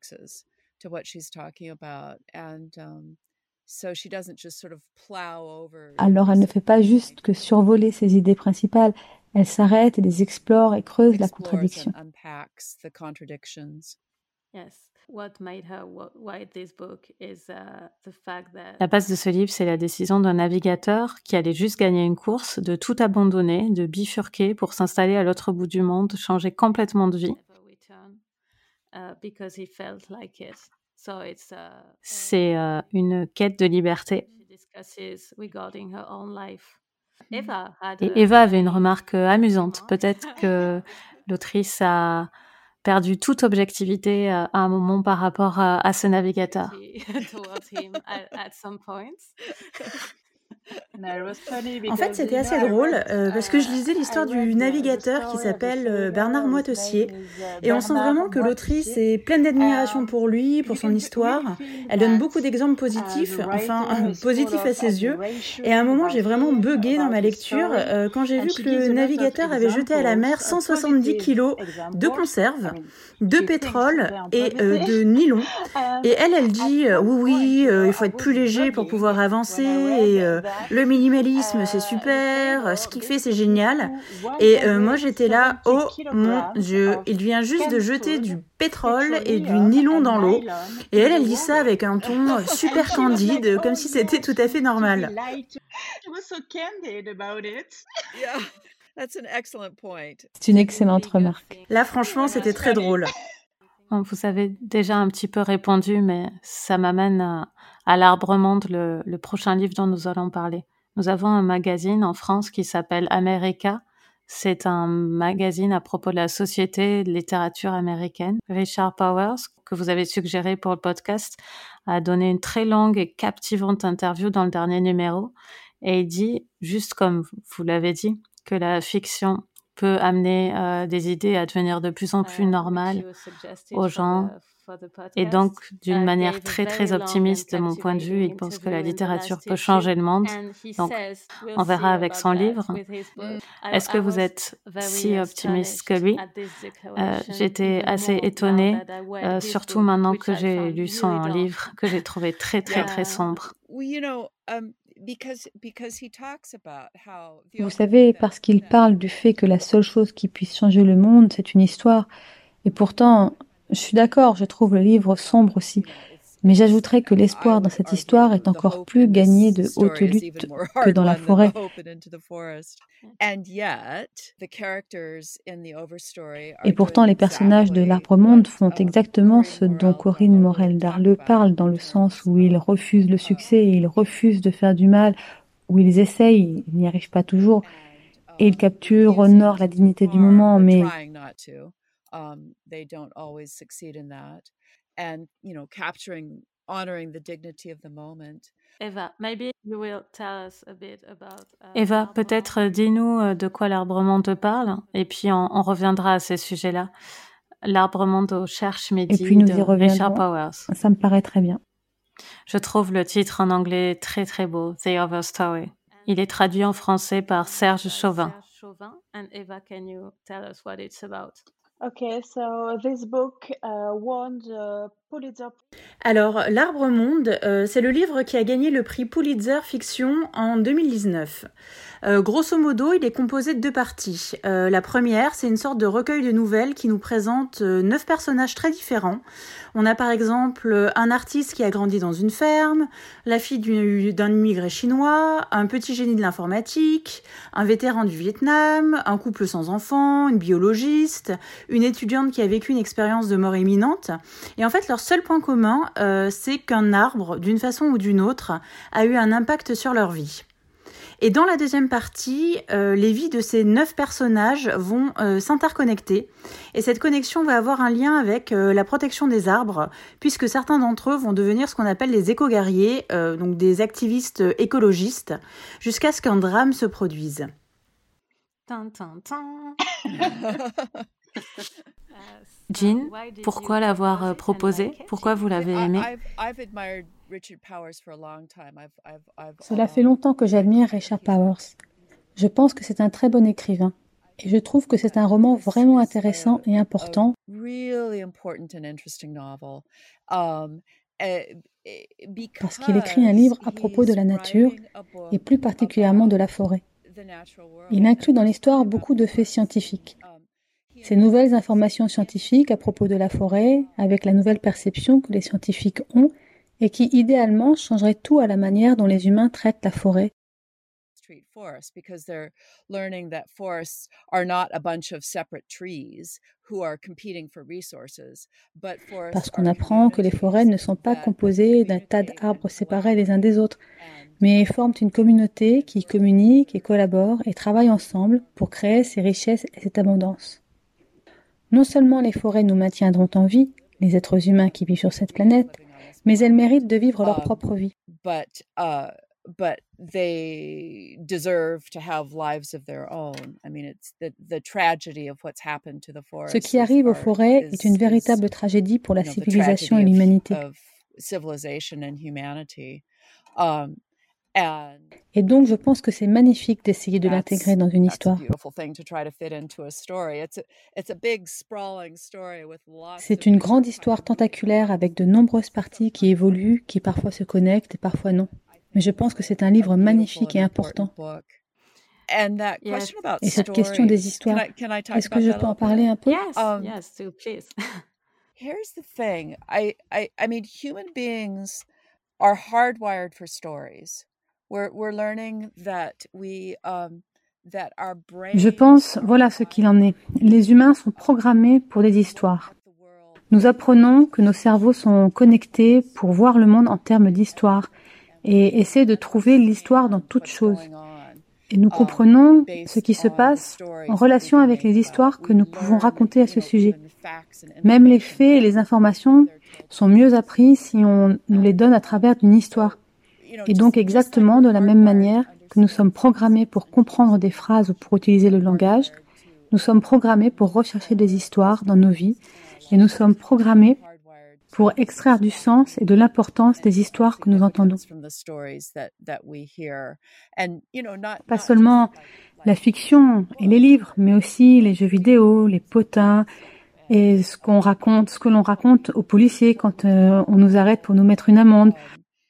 Alors elle ne fait pas juste que survoler ses idées principales, elle s'arrête et les explore et creuse la contradiction. La base de ce livre, c'est la décision d'un navigateur qui allait juste gagner une course, de tout abandonner, de bifurquer pour s'installer à l'autre bout du monde, changer complètement de vie. C'est euh, une quête de liberté. Et Eva avait une remarque amusante. Peut-être que l'autrice a perdu toute objectivité à un moment par rapport à, à ce navigateur. En fait, c'était assez drôle euh, parce que je lisais l'histoire du navigateur qui s'appelle euh, Bernard Moitessier et on sent vraiment que l'autrice est pleine d'admiration pour lui, pour son histoire. Elle donne beaucoup d'exemples positifs, enfin euh, positifs à ses yeux. Et à un moment, j'ai vraiment bugué dans ma lecture euh, quand j'ai vu que le navigateur avait jeté à la mer cent soixante-dix kilos de conserve, de pétrole et euh, de nylon. Et elle, elle dit euh, oui, oui, euh, il faut être plus léger pour pouvoir avancer et euh, le minimalisme, c'est super, ce qu'il fait, c'est génial. Et euh, moi, j'étais là, oh mon Dieu, il vient juste de jeter du pétrole et du nylon dans l'eau. Et elle, elle dit ça avec un ton super candide, comme si c'était tout à fait normal. C'est une excellente remarque. Là, franchement, c'était très drôle. Vous avez déjà un petit peu répondu, mais ça m'amène à, à l'Arbre-Monde, le, le prochain livre dont nous allons parler. Nous avons un magazine en France qui s'appelle America. C'est un magazine à propos de la société de littérature américaine. Richard Powers, que vous avez suggéré pour le podcast, a donné une très longue et captivante interview dans le dernier numéro. Et il dit, juste comme vous l'avez dit, que la fiction peut amener euh, des idées à devenir de plus en plus normales aux gens. Et donc, d'une manière très, très optimiste de mon point de vue, il pense que la littérature peut changer le monde. Donc, on verra avec son livre. Est-ce que vous êtes si optimiste que lui? euh, J'étais assez étonnée, euh, surtout maintenant que j'ai lu son livre, que j'ai trouvé très, très, très sombre. Vous savez, parce qu'il parle du fait que la seule chose qui puisse changer le monde, c'est une histoire. Et pourtant, je suis d'accord, je trouve le livre sombre aussi. Mais j'ajouterais que l'espoir dans cette histoire est encore plus gagné de haute lutte que dans la forêt. Et pourtant, les personnages de l'Arbre-Monde font exactement ce dont Corinne Morel-Darleux parle, dans le sens où ils refusent le succès, et ils refusent de faire du mal, où ils essayent, ils n'y arrivent pas toujours, et ils capturent, honorent la dignité du moment, mais and you know capturing honoring the dignity of the moment. Eva, maybe you will tell us a bit about uh, Eva, peut-être dis-nous de quoi l'Arbre-Monde parle, et puis on, on reviendra à ces sujets-là. L'Arbre-Monde au Cherche Midi et puis nous de y reviendrons. Powers. Ça me paraît très bien. Je trouve le titre en anglais très très beau, The Other Story. Il est traduit en français par Serge Chauvin. And Eva, can you tell us what it's about? Okay, so this book uh, won the Pulitzer. Alors, L'Arbre-Monde, euh, c'est le livre qui a gagné le prix Pulitzer Fiction en deux mille dix-neuf. Euh, grosso modo, il est composé de deux parties. Euh, la première, c'est une sorte de recueil de nouvelles qui nous présente euh, neuf personnages très différents. On a par exemple un artiste qui a grandi dans une ferme, la fille du, d'un immigré chinois, un petit génie de l'informatique, un vétéran du Vietnam, un couple sans enfants, une biologiste, une étudiante qui a vécu une expérience de mort imminente. Et en fait, leur seul point commun, euh, c'est qu'un arbre, d'une façon ou d'une autre, a eu un impact sur leur vie. Et dans la deuxième partie, euh, les vies de ces neuf personnages vont euh, s'interconnecter. Et cette connexion va avoir un lien avec euh, la protection des arbres, puisque certains d'entre eux vont devenir ce qu'on appelle les éco-guerriers, euh, donc des activistes écologistes, jusqu'à ce qu'un drame se produise. Tin, tin, tin. Jean, pourquoi l'avoir proposé? Pourquoi vous l'avez aimé? Cela fait longtemps que j'admire Richard Powers. Je pense que c'est un très bon écrivain. Et je trouve que c'est un roman vraiment intéressant et important. Parce qu'il écrit un livre à propos de la nature, et plus particulièrement de la forêt. Il inclut dans l'histoire beaucoup de faits scientifiques. Ces nouvelles informations scientifiques à propos de la forêt, avec la nouvelle perception que les scientifiques ont, et qui idéalement changerait tout à la manière dont les humains traitent la forêt. Parce qu'on apprend que les forêts ne sont pas composées d'un tas d'arbres séparés les uns des autres, mais forment une communauté qui communique et collabore et travaille ensemble pour créer ces richesses et cette abondance. Non seulement les forêts nous maintiendront en vie, les êtres humains qui vivent sur cette planète, mais elles méritent de vivre leur propre vie. But, uh, but they deserve to have lives of their own. I mean, it's the, the tragedy of what's happened to the forest. Ce qui arrive aux forêts est une véritable tragédie pour la civilisation et l'humanité. Civilization and humanity. Um, Et donc, je pense que c'est magnifique d'essayer de l'intégrer dans une histoire. C'est une grande histoire tentaculaire avec de nombreuses parties qui évoluent, qui parfois se connectent et parfois non. Mais je pense que c'est un livre magnifique et important. Et cette question des histoires, est-ce que je peux en parler un peu? Yes, um, yes, do, please. Here's the thing. I, I, I mean, human beings are hardwired for stories. We're, we're learning that we, um, that our brain... Je pense, voilà ce qu'il en est. Les humains sont programmés pour des histoires. Nous apprenons que nos cerveaux sont connectés pour voir le monde en termes d'histoire et essayer de trouver l'histoire dans toute chose. Et nous comprenons ce qui se passe en relation avec les histoires que nous pouvons raconter à ce sujet. Même les faits et les informations sont mieux appris si on nous les donne à travers d'une histoire. Et donc exactement de la même manière que nous sommes programmés pour comprendre des phrases ou pour utiliser le langage, nous sommes programmés pour rechercher des histoires dans nos vies et nous sommes programmés pour extraire du sens et de l'importance des histoires que nous entendons. Pas seulement la fiction et les livres, mais aussi les jeux vidéo, les potins et ce qu'on raconte, ce que l'on raconte aux policiers quand euh, on nous arrête pour nous mettre une amende.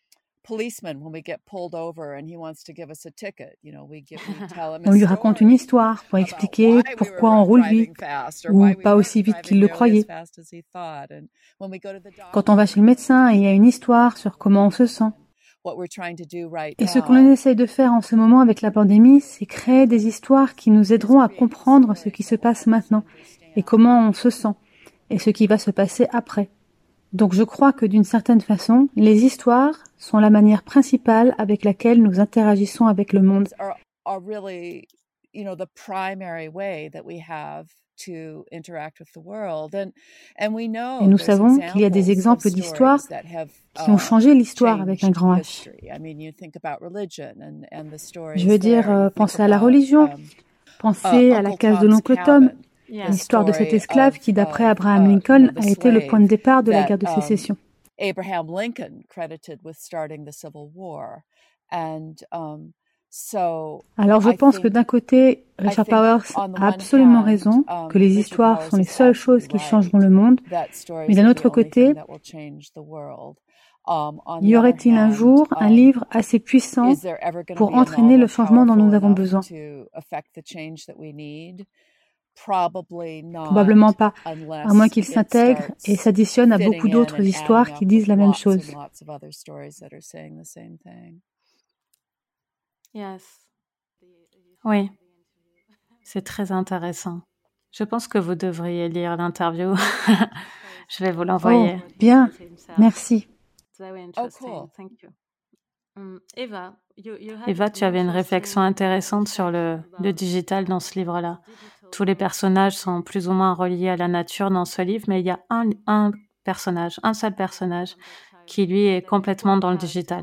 policeman when we get pulled over and he wants to give us a ticket. You know, we give, we tell him On a lui raconte une story histoire pour about expliquer why we pourquoi were on roule driving vite fast or ou why we pas weren't aussi vite qu'il driving le nearly as croyait. fast as he thought. And when we go to the Quand on va doctor, chez le médecin, il y a une histoire sur comment on se sent. what we're trying to do right Et ce qu'on now essaye de faire en ce moment avec la pandémie, c'est créer des histoires qui nous aideront à comprendre ce qui se passe maintenant et comment on se sent et ce qui va se passer après. Donc je crois que d'une certaine façon, les histoires sont la manière principale avec laquelle nous interagissons avec le monde. are, are really, you know, the primary way that we have to interact with the world. And, and we know Et nous there's savons qu'il y a des examples of exemples d'histoires stories that have qui ont uh, changé l'histoire avec un changed grand H. history. I mean, you think about religion and, and the stories Je veux dire, there. You euh, think pensez à la about, religion, um, pensez uh, à la Uncle case de Tom's l'oncle Tom, Cabin, Yes. l'histoire de cet story esclave of, qui, d'après of Abraham uh, you know, Lincoln, the a été le point de slave départ de la that guerre de um, sécession. Abraham Lincoln credited with starting the Civil War. And um, so Alors je I pense que think d'un côté, I Richard think Powers on the a one absolument hand, raison, um, que les Richard histoires Powers sont les is seules choses absolutely qui changeront right le monde, that mais stories d'un are the autre only thing côté, that will change the world. Um, on y the other aurait-il un hand, jour un um, livre assez puissant is there ever going to pour be a entraîner le novel changement dont powerful nous avons enough besoin? to affect the change that we need? Probably not, Probablement pas, à moins unless qu'il it s'intègre et starts s'additionne à fitting beaucoup in d'autres and histoires adding qui up disent with la même lots and chose. lots of other stories that are saying the same thing. Yes. Oui, c'est très intéressant. Je pense que vous devriez lire l'interview. Je vais vous Oh, l'envoyer. bien, merci. Very Oh, interesting. cool. Thank you. Um, Eva, you, you had Eva, an tu avais une réflexion interesting intéressante sur le, le digital dans ce livre-là. Tous les personnages sont plus ou moins reliés à la nature dans ce livre, mais il y a un, un personnage, un seul personnage, qui lui est complètement dans le digital.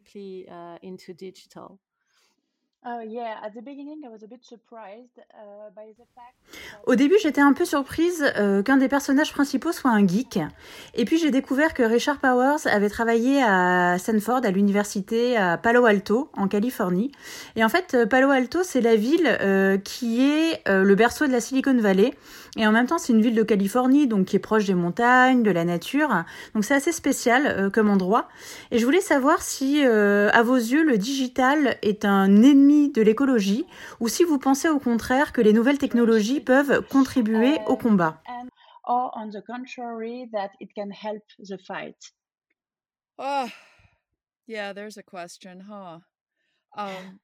Uh, yeah, at the beginning, I was a bit surprised uh, by the fact that Au début, j'étais un peu surprise euh, qu'un des personnages principaux soit un geek. Et puis, j'ai découvert que Richard Powers avait travaillé à Stanford, à l'université à Palo Alto, en Californie. Et en fait, euh, Palo Alto, c'est la ville euh, qui est euh, le berceau de la Silicon Valley. Et en même temps, c'est une ville de Californie, donc qui est proche des montagnes, de la nature. Donc, c'est assez spécial euh, comme endroit. Et je voulais savoir si, euh, à vos yeux, le digital est un ennemi de l'écologie ou si vous pensez au contraire que les nouvelles technologies peuvent contribuer au combat. and or on the contrary that it can help the fight. Oh, yeah, there's a question, huh? Um,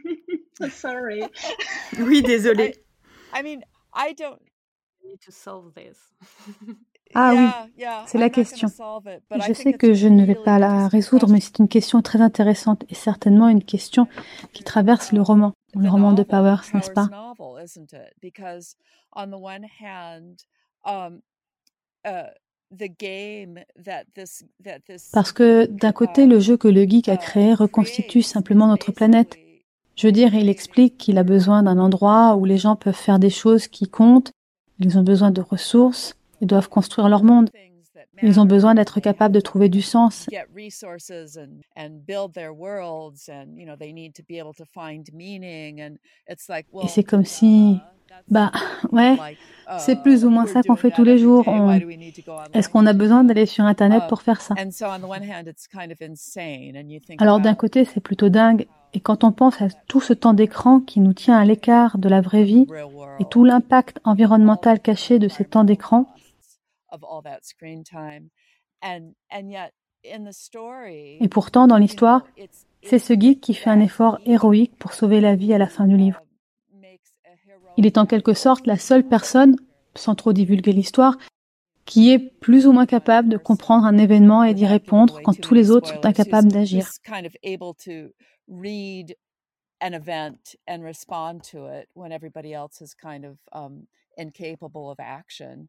Sorry. Oui, désolée. I, I mean, I don't. Need to solve this. Ah oui, Yeah, yeah, c'est la I'm not gonna question. solve it, but I Je think sais it's que a je ne vais really pas la interesting résoudre, mais question. c'est une question très intéressante et certainement une question qui traverse le roman, le The roman de novel, Powers, n'est-ce Powers' pas? novel, isn't it? Because on the one hand, um, uh, the game that this that this Parce que geek d'un côté, um, le jeu que le geek a uh, créé reconstitue creates is simplement notre planète. basically Je veux dire, il explique qu'il a besoin d'un endroit où les gens peuvent faire des choses qui comptent, ils ont besoin de ressources, ils doivent construire leur monde, things that ils ont matter, besoin and d'être they capables have de to trouver du sens. get resources and and build their worlds, and you know they need to be able to find meaning, and it's like, Et c'est well, comme si, duh, bah that's ouais, like c'est uh plus ou moins we're ça qu'on doing fait tous that les every jours. day. Why On... do we need to go Est-ce online qu'on a to do besoin that? d'aller sur Internet Um, pour faire ça? and so on the one hand, it's kind of insane, and you think Alors d'un about côté, c'est plutôt dingue. Et quand on pense à tout ce temps d'écran qui nous tient à l'écart de la vraie vie real et tout world, l'impact all environnemental the caché de ces temps environmental d'écran, costs of all that screen time, and and yet in the et story, pourtant dans you l'histoire, know, it's c'est it's ce geek qui fait un that effort geek héroïque pour sauver la vie à la fin du who livre. um, makes a Il heroic est en quelque effort sorte la seule personne, sans trop divulguer l'histoire, qui est plus ou moins capable de comprendre un événement et d'y without giving répondre away quand too tous many les autres sont spoilers, who's incapables d'agir. who's kind of able to read an event and respond to it when everybody else is kind of um, incapable of action.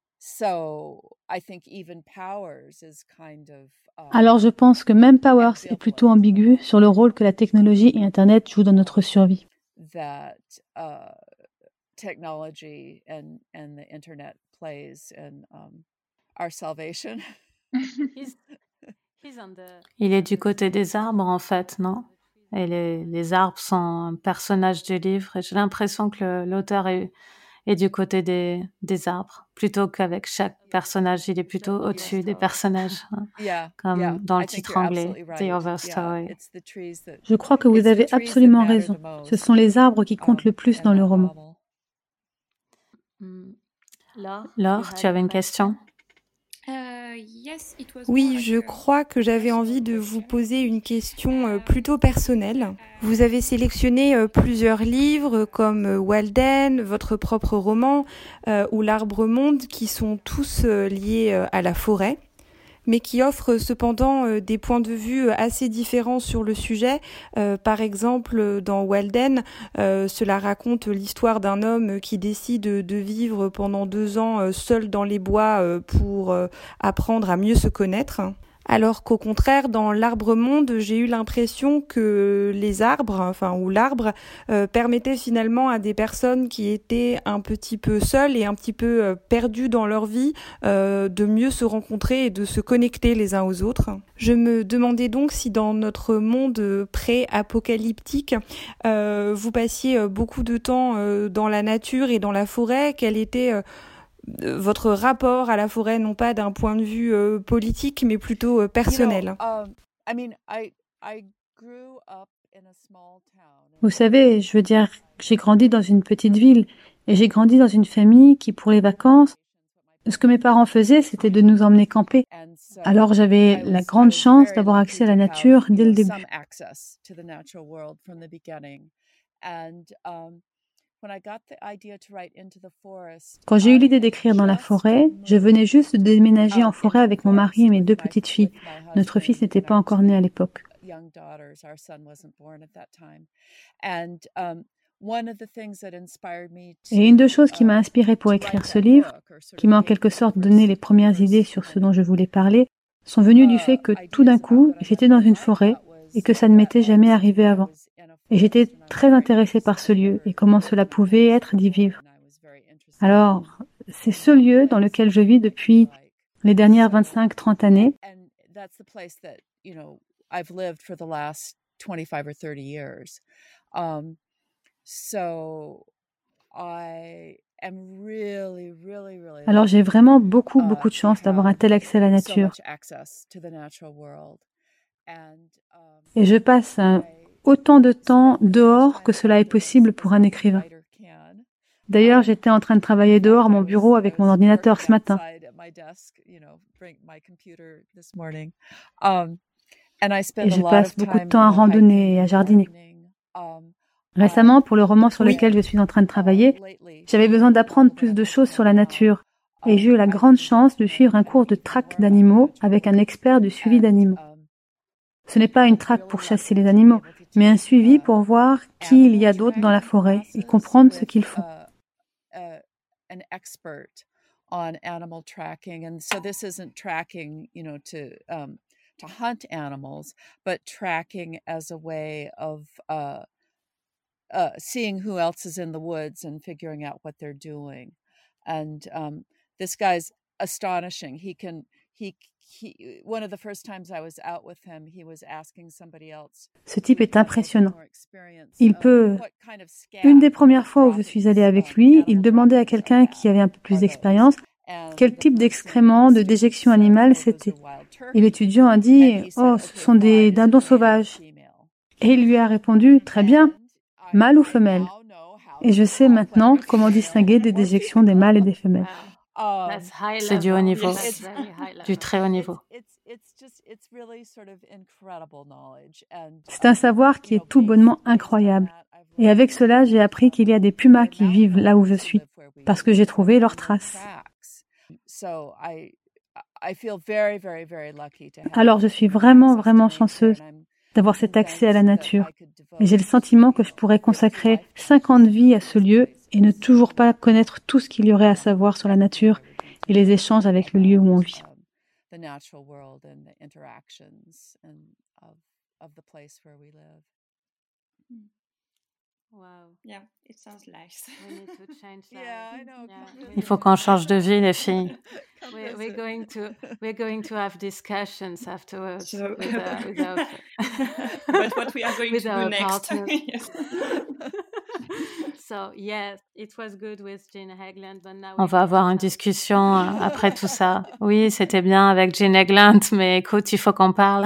So I think even Powers is kind of um, Alors je pense que même Powers est plutôt ambivalent ambigu sur le rôle que la technologie et Internet jouent dans notre survie. that uh, technology and and the internet plays in um, our salvation. He's, he's on the, Il est du côté des arbres, en fait, non? Et les, les arbres sont un personnage du livre. Et j'ai l'impression que le- l'auteur est, et du côté des, des arbres, plutôt qu'avec chaque personnage, il est plutôt au-dessus des personnages, hein, Yeah, comme yeah, dans le I think titre you're anglais, absolutely The right. Other Yeah, Story. it's the trees that Je crois que vous it's the avez trees that absolument matter the raison. Ce most sont les arbres qui comptent um, le plus in dans le that roman. novel. Mm. Laure, tu avais une question? Oui, je crois que j'avais envie de vous poser une question euh, plutôt personnelle. Vous avez sélectionné euh, plusieurs livres comme euh, Walden, votre propre roman euh, ou L'Arbre Monde qui sont tous euh, liés euh, à la forêt, mais qui offrent cependant euh, des points de vue assez différents sur le sujet. Euh, par exemple, dans Walden, euh, cela raconte l'histoire d'un homme qui décide de vivre pendant deux ans euh, seul dans les bois euh, pour euh, apprendre à mieux se connaître. Alors qu'au contraire, dans l'Arbre Monde, j'ai eu l'impression que les arbres, enfin ou l'arbre, euh, permettait finalement à des personnes qui étaient un petit peu seules et un petit peu euh, perdues dans leur vie euh, de mieux se rencontrer et de se connecter les uns aux autres. Je me demandais donc si dans notre monde pré-apocalyptique, euh, vous passiez beaucoup de temps euh, dans la nature et dans la forêt, quel était euh, votre rapport à la forêt, non pas d'un point de vue euh, politique, mais plutôt euh, personnel. Vous savez, je veux dire, j'ai grandi dans une petite ville et j'ai grandi dans une famille qui, pour les vacances, ce que mes parents faisaient, c'était de nous emmener camper. Alors j'avais la grande chance d'avoir accès à la nature dès le début. Quand j'ai eu l'idée d'écrire dans la forêt, je venais juste de déménager en forêt avec mon mari et mes deux petites filles. Notre fils n'était pas encore né à l'époque. Et une des choses qui m'a inspirée pour écrire ce livre, qui m'a en quelque sorte donné les premières idées sur ce dont je voulais parler, sont venues du fait que tout d'un coup, j'étais dans une forêt et que ça ne m'était jamais arrivé avant. Et j'étais très intéressée par ce lieu et comment cela pouvait être d'y vivre. Alors, c'est ce lieu dans lequel je vis depuis les dernières vingt-cinq à trente années. Alors j'ai vraiment beaucoup, beaucoup de chance d'avoir un tel accès à la nature. Et je passe un autant de temps dehors que cela est possible pour un écrivain. D'ailleurs, j'étais en train de travailler dehors à mon bureau avec mon ordinateur ce matin. Et je passe beaucoup de temps à randonner et à jardiner. Récemment, pour le roman sur lequel je suis en train de travailler, j'avais besoin d'apprendre plus de choses sur la nature. Et j'ai eu la grande chance de suivre un cours de traque d'animaux avec un expert du suivi d'animaux. Ce n'est pas une traque pour chasser les animaux, mais un suivi pour voir qui il y a d'autre dans la forêt et comprendre ce qu'ils font. to hunt animals, but tracking as a way of uh, uh, seeing who else is in the woods and figuring out what they're doing. And um, this guy's astonishing. He can, he, he, one of the first times I was out with him, he was asking somebody else. Ce type est impressionnant. Il peut, une des premières fois où je suis allée avec lui, il demandait à quelqu'un qui avait un peu plus d'expérience quel type d'excréments, de déjection animale c'était. Et l'étudiant a dit « Oh, ce sont des dindons sauvages ». Et il lui a répondu « Très bien, mâle ou femelle ?» Et je sais maintenant comment distinguer des déjections des mâles et des femelles. C'est du haut niveau, du très haut niveau. C'est un savoir qui est tout bonnement incroyable. Et avec cela, j'ai appris qu'il y a des pumas qui vivent là où je suis, parce que j'ai trouvé leurs traces. Alors je suis vraiment, vraiment chanceuse d'avoir cet accès à la nature. Et j'ai le sentiment que je pourrais consacrer cinquante vies à ce lieu et ne toujours pas connaître tout ce qu'il y aurait à savoir sur la nature et les échanges avec le lieu où on vit. Il faut qu'on change de vie, les filles. We're, we're going to we're going to have discussions afterwards So, with, uh, with our but what we are going with to our do next. partners. Yes. On va avoir une discussion après tout ça. Oui, c'était bien avec Jean Egland, mais écoute, il faut qu'on parle.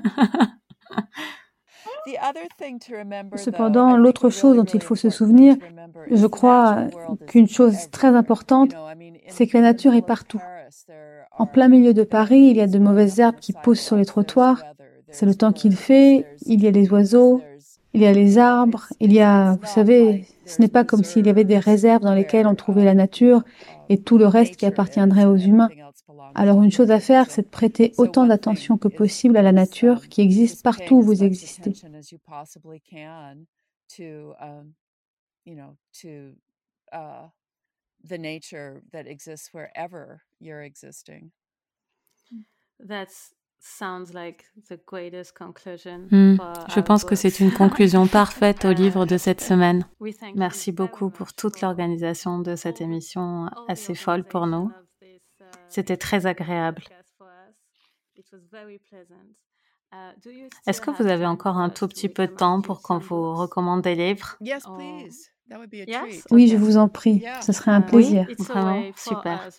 Cependant, l'autre chose dont il faut se souvenir, je crois qu'une chose très importante, c'est que la nature est partout. En plein milieu de Paris, il y a de mauvaises herbes qui poussent sur les trottoirs. C'est le temps qu'il fait, il y a les oiseaux, il y a les arbres, il y a, vous savez, ce n'est pas comme s'il y avait des réserves dans lesquelles on trouvait la nature et tout le reste qui appartiendrait aux humains. Alors une chose à faire, c'est de prêter autant d'attention que possible à la nature qui existe partout où vous existez. Hmm. Je pense que c'est une conclusion parfaite au livre de cette semaine. Merci beaucoup pour toute l'organisation de cette émission assez folle pour nous. C'était très agréable. Est-ce que vous avez encore un tout petit peu de temps pour qu'on vous recommande des livres? Oui, je vous en prie, ce serait un plaisir. Oui, vraiment, super.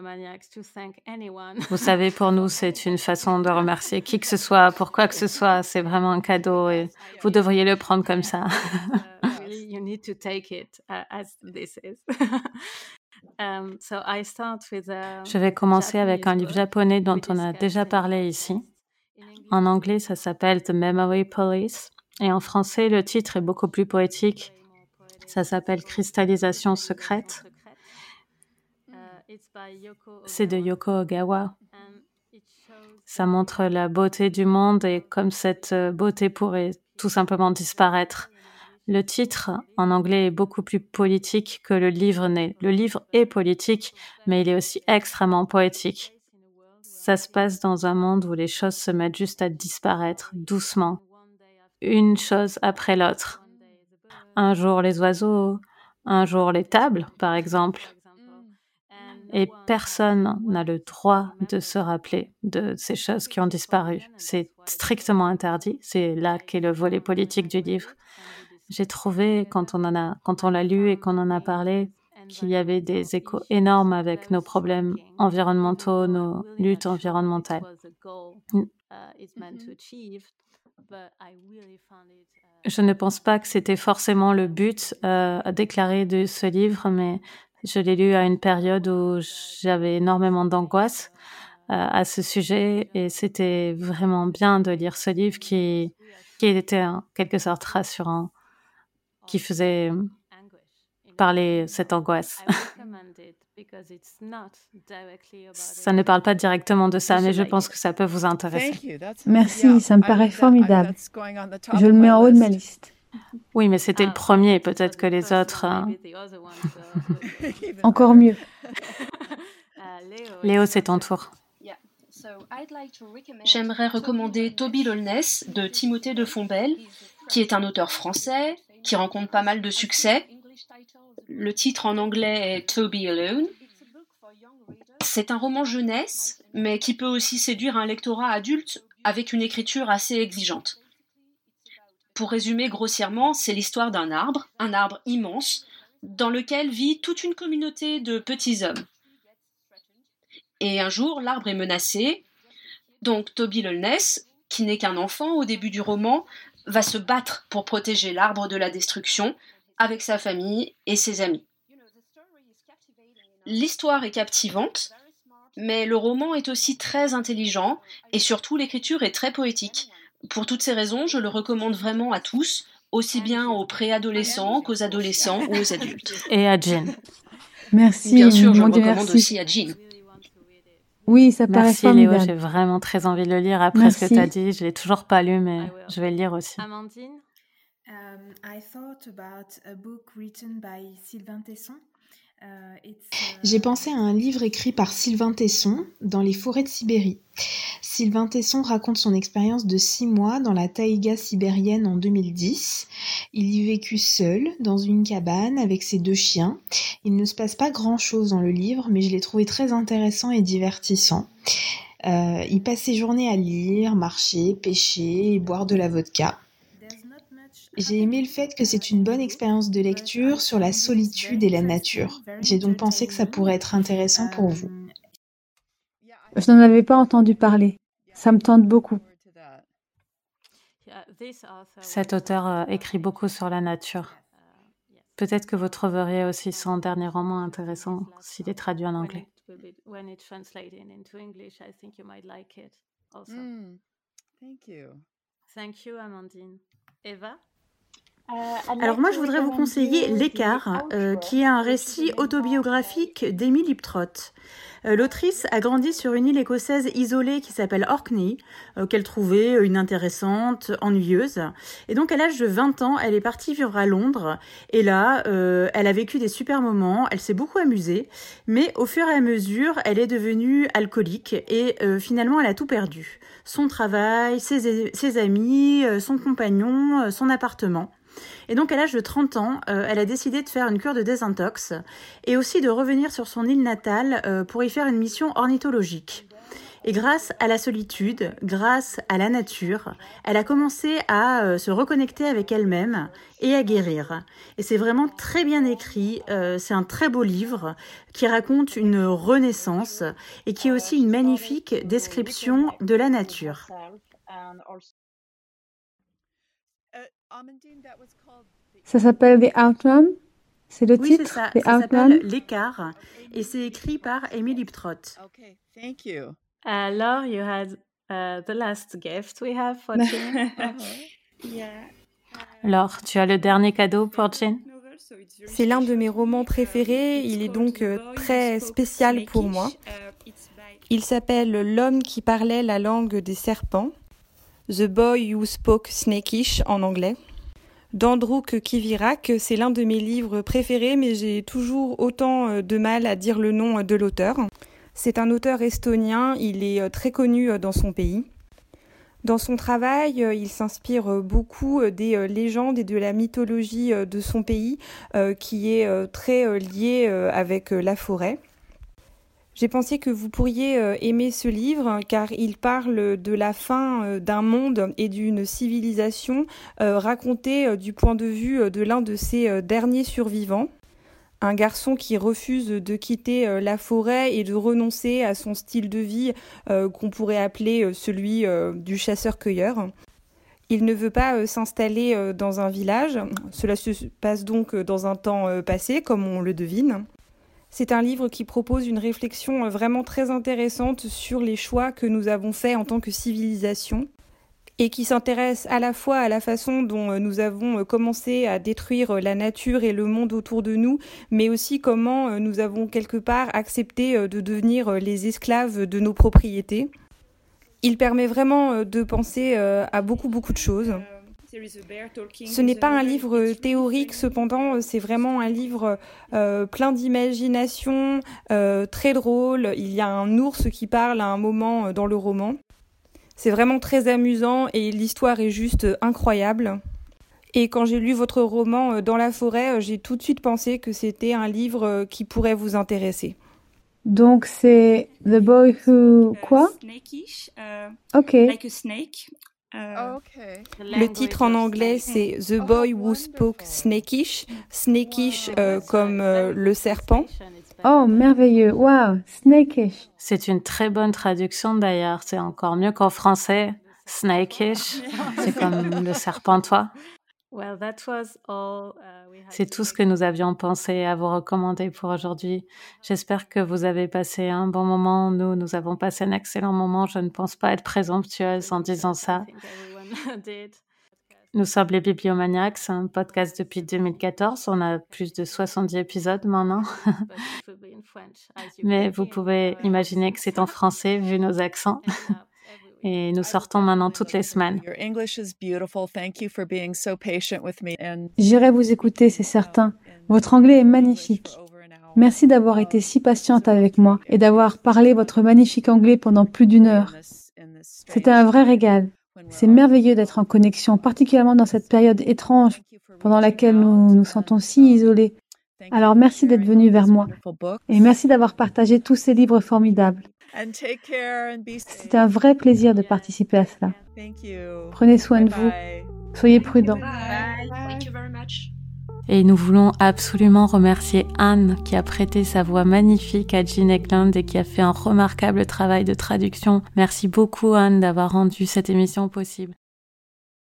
Vous savez, pour nous, c'est une façon de remercier qui que ce soit, pour quoi que ce soit. C'est vraiment un cadeau et vous devriez le prendre comme ça. You need to take it as this is. Um, so I start with a Je vais commencer avec un livre japonais dont on a déjà parlé ici. En anglais, ça s'appelle The Memory Police. Et en français, le titre est beaucoup plus poétique. Ça s'appelle Cristallisation secrète. C'est de Yoko Ogawa. Ça montre la beauté du monde et comme cette beauté pourrait tout simplement disparaître. Le titre, en anglais, est beaucoup plus politique que le livre n'est. Le livre est politique, mais il est aussi extrêmement poétique. Ça se passe dans un monde où les choses se mettent juste à disparaître, doucement, une chose après l'autre. Un jour les oiseaux, un jour les tables, par exemple. Et personne n'a le droit de se rappeler de ces choses qui ont disparu. C'est strictement interdit. C'est là qu'est le volet politique du livre. J'ai trouvé, quand on, en a, quand on l'a lu et qu'on en a parlé, qu'il y avait des échos énormes avec nos problèmes environnementaux, nos luttes environnementales. Je ne pense pas que c'était forcément le but euh, déclaré de ce livre, mais je l'ai lu à une période où j'avais énormément d'angoisse euh, à ce sujet et c'était vraiment bien de lire ce livre qui, qui était en quelque sorte rassurant, qui faisait parler cette angoisse. Ça ne parle pas directement de ça, mais je pense que ça peut vous intéresser. Merci, ça me paraît formidable. Je le mets en haut de ma liste. Oui, mais c'était le premier, peut-être que les autres... Hein... Encore mieux. Léo, c'est ton tour. J'aimerais recommander Toby Lowness de Timothée de Fontbelle, qui est un auteur français, qui rencontre pas mal de succès. Le titre en anglais est To Be Alone. C'est un roman jeunesse, mais qui peut aussi séduire un lectorat adulte avec une écriture assez exigeante. Pour résumer grossièrement, c'est l'histoire d'un arbre, un arbre immense, dans lequel vit toute une communauté de petits hommes. Et un jour, l'arbre est menacé, donc Toby Lowness, qui n'est qu'un enfant au début du roman, va se battre pour protéger l'arbre de la destruction avec sa famille et ses amis. L'histoire est captivante, mais le roman est aussi très intelligent et surtout l'écriture est très poétique. Pour toutes ces raisons, je le recommande vraiment à tous, aussi bien aux préadolescents qu'aux adolescents ou aux adultes. Et à Jean. Merci. Bien sûr, je le Dieu, recommande merci. aussi à Jean. Oui, ça paraît Merci formidable. Léo, j'ai vraiment très envie de le lire après Merci. ce que tu as dit. Je ne l'ai toujours pas lu, mais je vais le lire aussi. Um, I thought about a book written by Sylvain Tesson. Uh, it's, uh... J'ai pensé à un livre écrit par Sylvain Tesson, Dans les forêts de Sibérie. Sylvain Tesson raconte son expérience de six mois dans la taïga sibérienne en deux mille dix. Il y vécut seul, dans une cabane, avec ses deux chiens. Il ne se passe pas grand-chose dans le livre, mais je l'ai trouvé très intéressant et divertissant. Euh, il passe ses journées à lire, marcher, pêcher et boire de la vodka. J'ai aimé le fait que c'est une bonne expérience de lecture sur la solitude et la nature. J'ai donc pensé que ça pourrait être intéressant pour vous. Je n'en avais pas entendu parler. Ça me tente beaucoup. Cet auteur euh, écrit beaucoup sur la nature. Peut-être que vous trouveriez aussi son dernier roman intéressant s'il est traduit en anglais. Mm, thank you. Thank you, Amandine. Eva? Alors moi, je voudrais vous conseiller L'écart, euh, qui est un récit autobiographique d'Émilie Ptrott. Euh, l'autrice a grandi sur une île écossaise isolée qui s'appelle Orkney, euh, qu'elle trouvait inintéressante, ennuyeuse. Et donc à l'âge de vingt ans, elle est partie vivre à Londres. Et là, euh, elle a vécu des super moments, elle s'est beaucoup amusée. Mais au fur et à mesure, elle est devenue alcoolique et euh, finalement, elle a tout perdu. Son travail, ses, ses amis, euh, son compagnon, euh, son appartement. Et donc à l'âge de trente ans, euh, elle a décidé de faire une cure de désintox et aussi de revenir sur son île natale euh, pour y faire une mission ornithologique. Et grâce à la solitude, grâce à la nature, elle a commencé à euh, se reconnecter avec elle-même et à guérir. Et c'est vraiment très bien écrit, euh, c'est un très beau livre qui raconte une renaissance et qui est aussi une magnifique description de la nature. Ça s'appelle The Outline? C'est le Oui, titre? c'est ça. The Ça Outline? s'appelle L'écart et c'est écrit par Émilie Ptrott. Okay, thank you. Alors, you had uh, the last gift we have for Jean. Laure, tu as le dernier cadeau pour Jean? C'est l'un de mes romans préférés, il est donc euh, très spécial pour moi. Il s'appelle L'homme qui parlait la langue des serpents, The Boy Who Spoke Snakish en anglais. D'Androuk Kivirak, c'est l'un de mes livres préférés, mais j'ai toujours autant de mal à dire le nom de l'auteur. C'est un auteur estonien, il est très connu dans son pays. Dans son travail, il s'inspire beaucoup des légendes et de la mythologie de son pays, qui est très liée avec la forêt. J'ai pensé que vous pourriez aimer ce livre car il parle de la fin d'un monde et d'une civilisation racontée du point de vue de l'un de ses derniers survivants. Un garçon qui refuse de quitter la forêt et de renoncer à son style de vie qu'on pourrait appeler celui du chasseur-cueilleur. Il ne veut pas s'installer dans un village. Cela se passe donc dans un temps passé, comme on le devine. C'est un livre qui propose une réflexion vraiment très intéressante sur les choix que nous avons faits en tant que civilisation et qui s'intéresse à la fois à la façon dont nous avons commencé à détruire la nature et le monde autour de nous, mais aussi comment nous avons quelque part accepté de devenir les esclaves de nos propriétés. Il permet vraiment de penser à beaucoup, beaucoup de choses. Ce n'est pas un livre théorique, cependant, c'est vraiment un livre euh, plein d'imagination, euh, très drôle. Il y a un ours qui parle à un moment dans le roman. C'est vraiment très amusant et l'histoire est juste incroyable. Et quand j'ai lu votre roman Dans la forêt, j'ai tout de suite pensé que c'était un livre qui pourrait vous intéresser. Donc c'est The Boy Who... quoi? Ok. Oh, okay. Le titre en anglais, c'est The Boy Who Spoke Snakish. Snakish euh, comme euh, le serpent. Oh, merveilleux. Wow, snakish. C'est une très bonne traduction d'ailleurs. C'est encore mieux qu'en français. Snakish, c'est comme le serpentois. C'est tout ce que nous avions pensé à vous recommander pour aujourd'hui. J'espère que vous avez passé un bon moment. Nous, nous avons passé un excellent moment. Je ne pense pas être présomptueuse en disant ça. Nous sommes les Bibliomaniacs, un podcast depuis deux mille quatorze. On a plus de soixante-dix épisodes maintenant. Mais vous pouvez imaginer que c'est en français vu nos accents. Et nous sortons maintenant toutes les semaines. J'irai vous écouter, c'est certain. Votre anglais est magnifique. Merci d'avoir été si patiente avec moi et d'avoir parlé votre magnifique anglais pendant plus d'une heure. C'était un vrai régal. C'est merveilleux d'être en connexion, particulièrement dans cette période étrange pendant laquelle nous nous sentons si isolés. Alors merci d'être venu vers moi et merci d'avoir partagé tous ces livres formidables. C'était un vrai plaisir de participer à cela. Prenez soin de vous. Soyez prudents. Bye. Thank you very much. Et nous voulons absolument remercier Anne qui a prêté sa voix magnifique à Jean Eklund et qui a fait un remarquable travail de traduction. Merci beaucoup Anne d'avoir rendu cette émission possible.